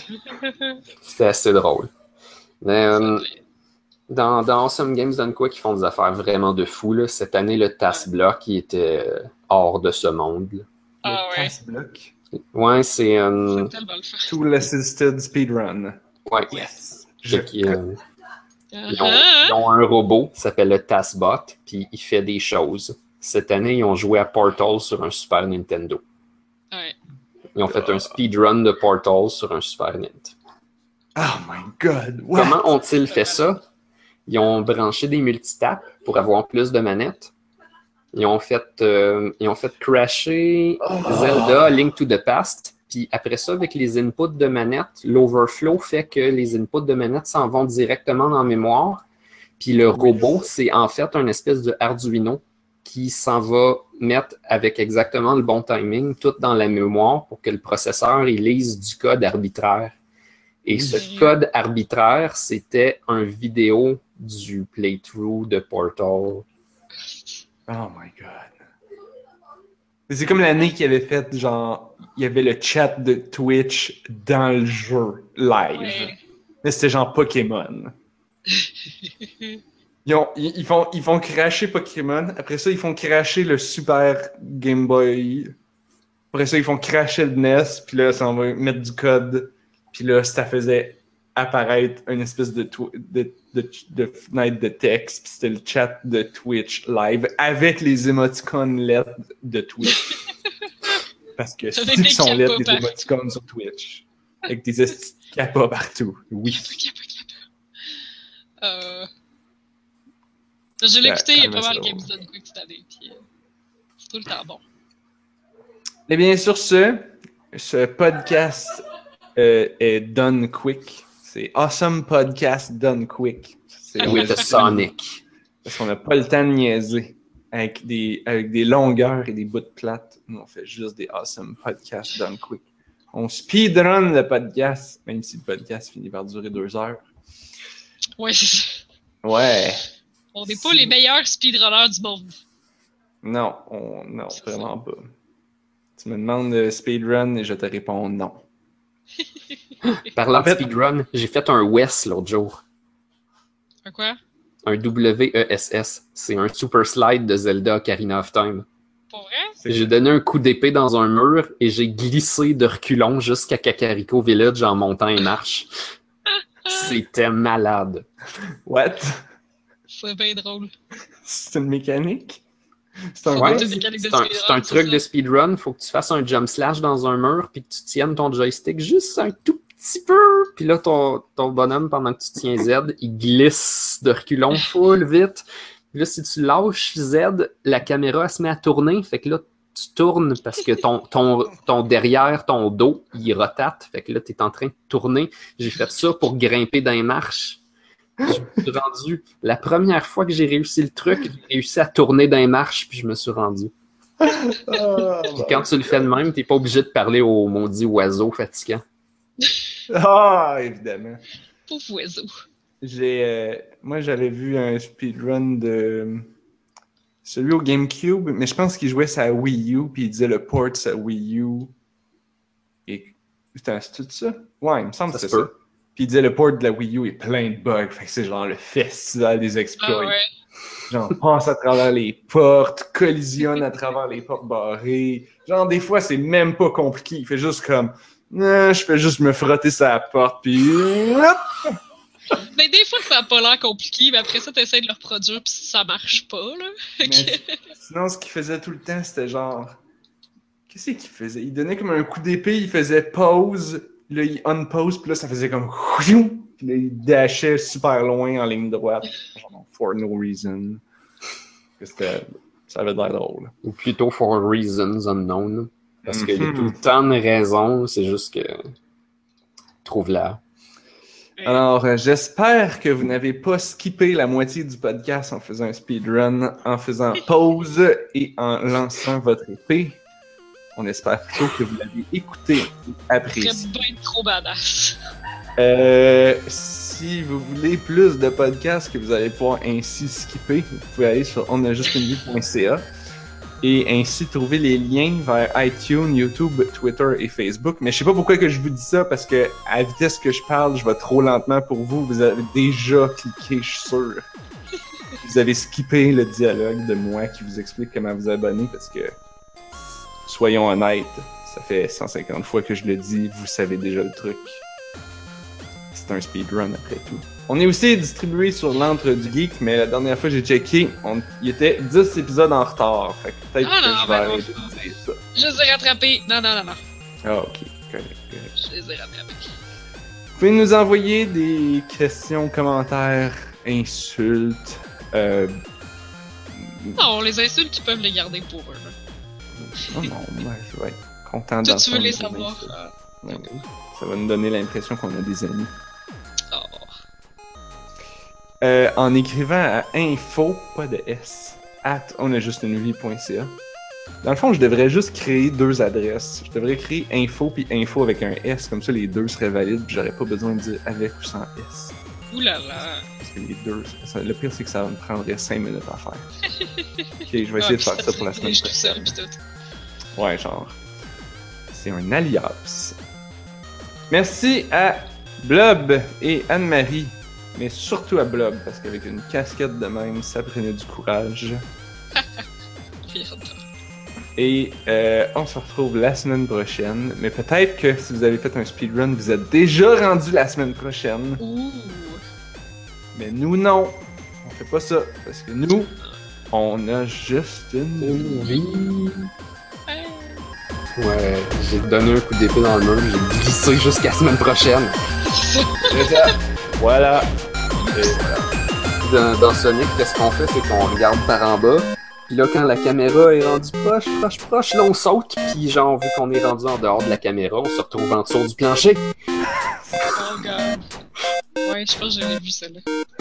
C'était assez drôle. Mais, euh, dans, dans Awesome Games Done Quick, ils font des affaires vraiment de fou. Là. Cette année, le Task Block, il était euh, hors de ce monde. Là. Ah Le ouais. Task Block. Ouais, c'est... Euh, C'est tellement le fun. Tool Assisted Speedrun. ouais. Yes! Je... Je... Qui, euh, ils, ont, Uh-huh. ils ont un robot qui s'appelle le Taskbot, puis il fait des choses. Cette année, ils ont joué à Portal sur un Super Nintendo. Ouais. Ils ont fait un speedrun de Portal sur un Super Nintendo. Oh my god! What? Comment ont-ils fait ça? Ils ont branché des multitaps pour avoir plus de manettes. Ils ont fait, euh, ils ont fait crasher Oh. Zelda Link to the Past. Puis après ça, avec les inputs de manettes, l'overflow fait que les inputs de manettes s'en vont directement dans la mémoire. Puis le robot, c'est en fait un espèce de Arduino qui s'en va mettre avec exactement le bon timing tout dans la mémoire pour que le processeur il lise du code arbitraire. Et ce code arbitraire, c'était un vidéo du playthrough de Portal. Oh my god. Mais c'est comme l'année qu'il avait fait, genre, il y avait le chat de Twitch dans le jeu, live. Ouais. Mais c'était genre Pokémon. Ils, ont, ils, ils font, ils font crasher Pokémon, après ça, ils font crasher le Super Game Boy. Après ça, ils font crasher le N E S, puis là, ça va mettre du code. Puis là, ça faisait apparaître une espèce de, tw- de, de, de fenêtre de texte, puis c'était le chat de Twitch live avec les émoticônes L E D de Twitch. Parce que Avec c'est des sont L E D, kappas les partout. émoticônes sur Twitch. Avec des esti de kappas partout. Oui. Euh... Je l'ai écouté, il y a pas mal de Games Done Quick cette année, puis euh, c'est tout le temps bon. Et bien, sur ce, ce podcast euh, est done quick. C'est Awesome Podcast Done Quick. C'est, With the Sonic. Parce qu'on n'a pas le temps de niaiser avec des, avec des longueurs et des bouts de plates. Nous, on fait juste des Awesome Podcasts Done Quick. On speedrun le podcast, même si le podcast finit par durer deux heures. Ouais, c'est ça. Ouais. On n'est pas les meilleurs speedrunners du monde. Non, on, non, vraiment pas. Tu me demandes de speedrun et je te réponds non. Parlant En fait- de speedrun, j'ai fait un W E S l'autre jour. Un quoi? Un W E S S. C'est un super slide de Zelda Ocarina of Time. Pour vrai? C'est- J'ai donné un coup d'épée dans un mur et j'ai glissé de reculons jusqu'à Kakariko Village en montant les marches. C'était malade. What? C'est bien drôle. C'est une mécanique? C'est un Ouais, Ouais, ouais, c'est c'est une mécanique de c'est un, speedrun, c'est un c'est truc ça. de speedrun. Faut que tu fasses un jump slash dans un mur puis que tu tiennes ton joystick juste un tout petit peu. Puis là, ton, ton bonhomme, pendant que tu tiens Z, il glisse de reculons full vite. Puis là, si tu lâches Z, la caméra elle se met à tourner. Fait que là, tu tournes parce que ton, ton, ton derrière, ton dos, il rotate. Fait que là, tu es en train de tourner. J'ai fait ça pour grimper dans les marches. Je me suis rendu. La première fois que j'ai réussi le truc, j'ai réussi à tourner dans les marches, puis je me suis rendu. Ah, Puis quand tu le fais de même, t'es pas obligé de parler au maudit oiseau fatigant. ah, évidemment. Pauvre oiseau. J'ai, euh, moi, j'avais vu un speedrun de celui au GameCube, mais je pense qu'il jouait sa Wii U, puis il disait le port sa Wii U. Et... Putain, c'est tout ça? Ouais, il me semble Ça que c'est se ça. peut. Puis il disait le port de la Wii U est plein de bugs. Fait que c'est genre le festival des exploits. Ah ouais. Genre, passe à travers les portes, collisionne à travers les portes barrées. Genre, des fois, c'est même pas compliqué. Il fait juste comme, euh, je fais juste me frotter sur la porte, puis hop! Mais des fois, ça n'a pas l'air compliqué, mais après ça, t'essaies de le reproduire, puis ça marche pas, là. Mais sinon, ce qu'il faisait tout le temps, c'était genre, qu'est-ce qu'il faisait? Il donnait comme un coup d'épée, il faisait pause, là, il unpause, puis là, ça faisait comme, puis là, il dashait super loin en ligne droite. Genre, for no reason. C'était, ça avait l'air drôle. Ou plutôt for reasons unknown. Parce qu'il y a Mhm. tout le temps de raison, c'est juste que. Trouve-la. Alors, euh, j'espère que vous n'avez pas skippé la moitié du podcast en faisant un speedrun, en faisant pause et en lançant votre épée. On espère plutôt que vous l'avez écouté et C'est apprécié. bien trop badass. Euh, si vous voulez plus de podcasts que vous allez pouvoir ainsi skipper, vous pouvez aller sur onajustunevie point c a et ainsi trouver les liens vers iTunes, YouTube, Twitter et Facebook. Mais je sais pas pourquoi que je vous dis ça, parce que à la vitesse que je parle, je vais trop lentement pour vous. Vous avez déjà cliqué, je suis sûr. Vous avez skippé le dialogue de moi qui vous explique comment vous abonner, parce que, soyons honnêtes, ça fait cent cinquante fois que je le dis, vous savez déjà le truc. C'est un speedrun après tout. On est aussi distribué sur l'Antre du Geek, mais la dernière fois que j'ai checké, on... il était dix épisodes en retard. Fait que peut-être Ah que non, je vais ben arrêter non. de dire ça. Je les ai rattrapés. Non, non, non, non. Ah, ok. Correct, correct. Je les ai rattrapés. Vous pouvez nous envoyer des questions, commentaires, insultes. Euh... Non, les insultes, ils peuvent les garder pour eux. là. Oh non, moi, je vais être content Toi, tu veux d'entendre les des savoir. insultes. Ah. Ouais, oui. Ça va nous donner l'impression qu'on a des amis. Oh. Euh, en écrivant à info, pas de S, at onajustunevie point c a. Dans le fond, je devrais juste créer deux adresses. Je devrais créer info puis info avec un S, comme ça les deux seraient valides, puis j'aurais pas besoin de dire avec ou sans S. Ouh là là. Parce que les deux, ça- le pire c'est que ça me prendrait cinq minutes à faire. Ok, je vais essayer Ah, de puis faire ça se pour la semaine dirige tout seul, prochaine. puis tout. Ouais, genre. C'est un alias. Merci à Blob et Anne-Marie. Mais surtout à Blob, parce qu'avec une casquette de même, ça prenait du courage. Merde. Et euh, on se retrouve la semaine prochaine. Mais peut-être que si vous avez fait un speedrun, vous êtes déjà rendu la semaine prochaine. Ouh. Mais nous, non. On fait pas ça. Parce que nous, on a juste une vie. Ouais. Ouais, j'ai donné un coup d'épée dans le mur, j'ai glissé jusqu'à la semaine prochaine. C'est ça. C'est ça. Voilà. Et voilà. Dans, dans Sonic, qu'est-ce qu'on fait, c'est qu'on regarde par en bas, puis là, quand la caméra est rendue proche, proche, proche, là, on saute, puis genre, vu qu'on est rendu en dehors de la caméra, on se retrouve en dessous du plancher. Oh god. Ouais, je pense que je l'ai vu celle-là.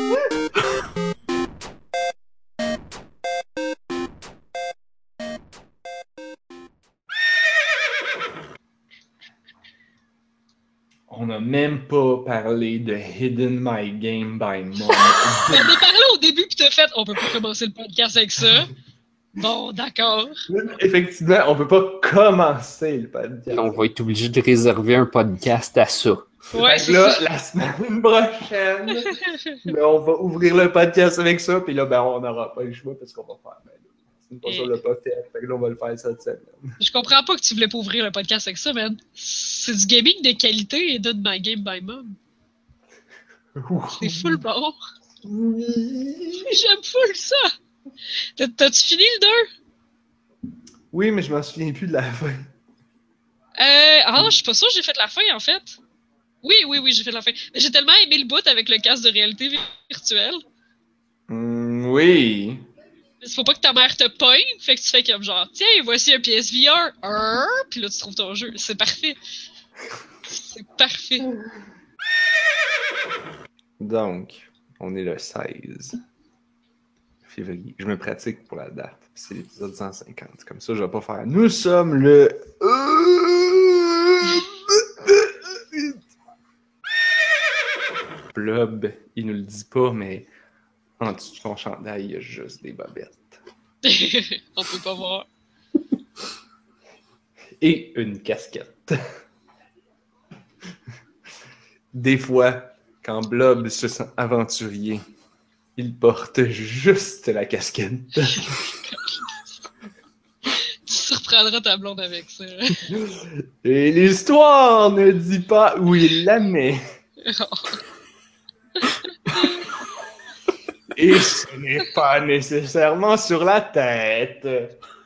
On n'a même pas parlé de Hidden My Game by Mom. On en a parlé au début, pis t'as fait, on peut pas commencer le podcast avec ça. Bon, d'accord. Effectivement, on peut pas commencer le podcast. On va être obligé de réserver un podcast à ça. Ouais, Fait que c'est là, ça. la semaine prochaine, là, on va ouvrir le podcast avec ça, puis là, ben, on n'aura pas le choix parce qu'on va faire. Ben, là, c'est pas ça, on l'a pas fait. Fait que là, on va le faire cette semaine. Je comprends pas que tu voulais pas ouvrir le podcast avec ça, man. C'est du gaming de qualité et de My Game by Mom. C'est full bon. Oui. J'aime full ça. T'as- T'as-tu fini le deux? Oui, mais je m'en souviens plus de la fin. Euh, ah, je suis pas sûre que j'ai fait la fin, en fait. Oui, oui, oui, j'ai fait la fin. Mais j'ai tellement aimé le bout avec le casque de réalité virtuelle. Hmm, oui. Il faut pas que ta mère te pogne, fait que tu fais comme genre, tiens, voici un P S V R, Arr! Puis là tu trouves ton jeu. C'est parfait. C'est parfait. Donc, on est le seize février. Je me pratique pour la date. C'est l'épisode cent cinquante. Comme ça, je vais pas faire. Nous sommes le. Blob, il nous le dit pas, mais en dessous de son chandail, il y a juste des bobettes. On peut pas voir. Et une casquette. Des fois, quand Blob se sent aventurier, il porte juste la casquette. Tu surprendras ta blonde avec ça. Et l'histoire ne dit pas où il la met. Et ce n'est pas nécessairement sur la tête.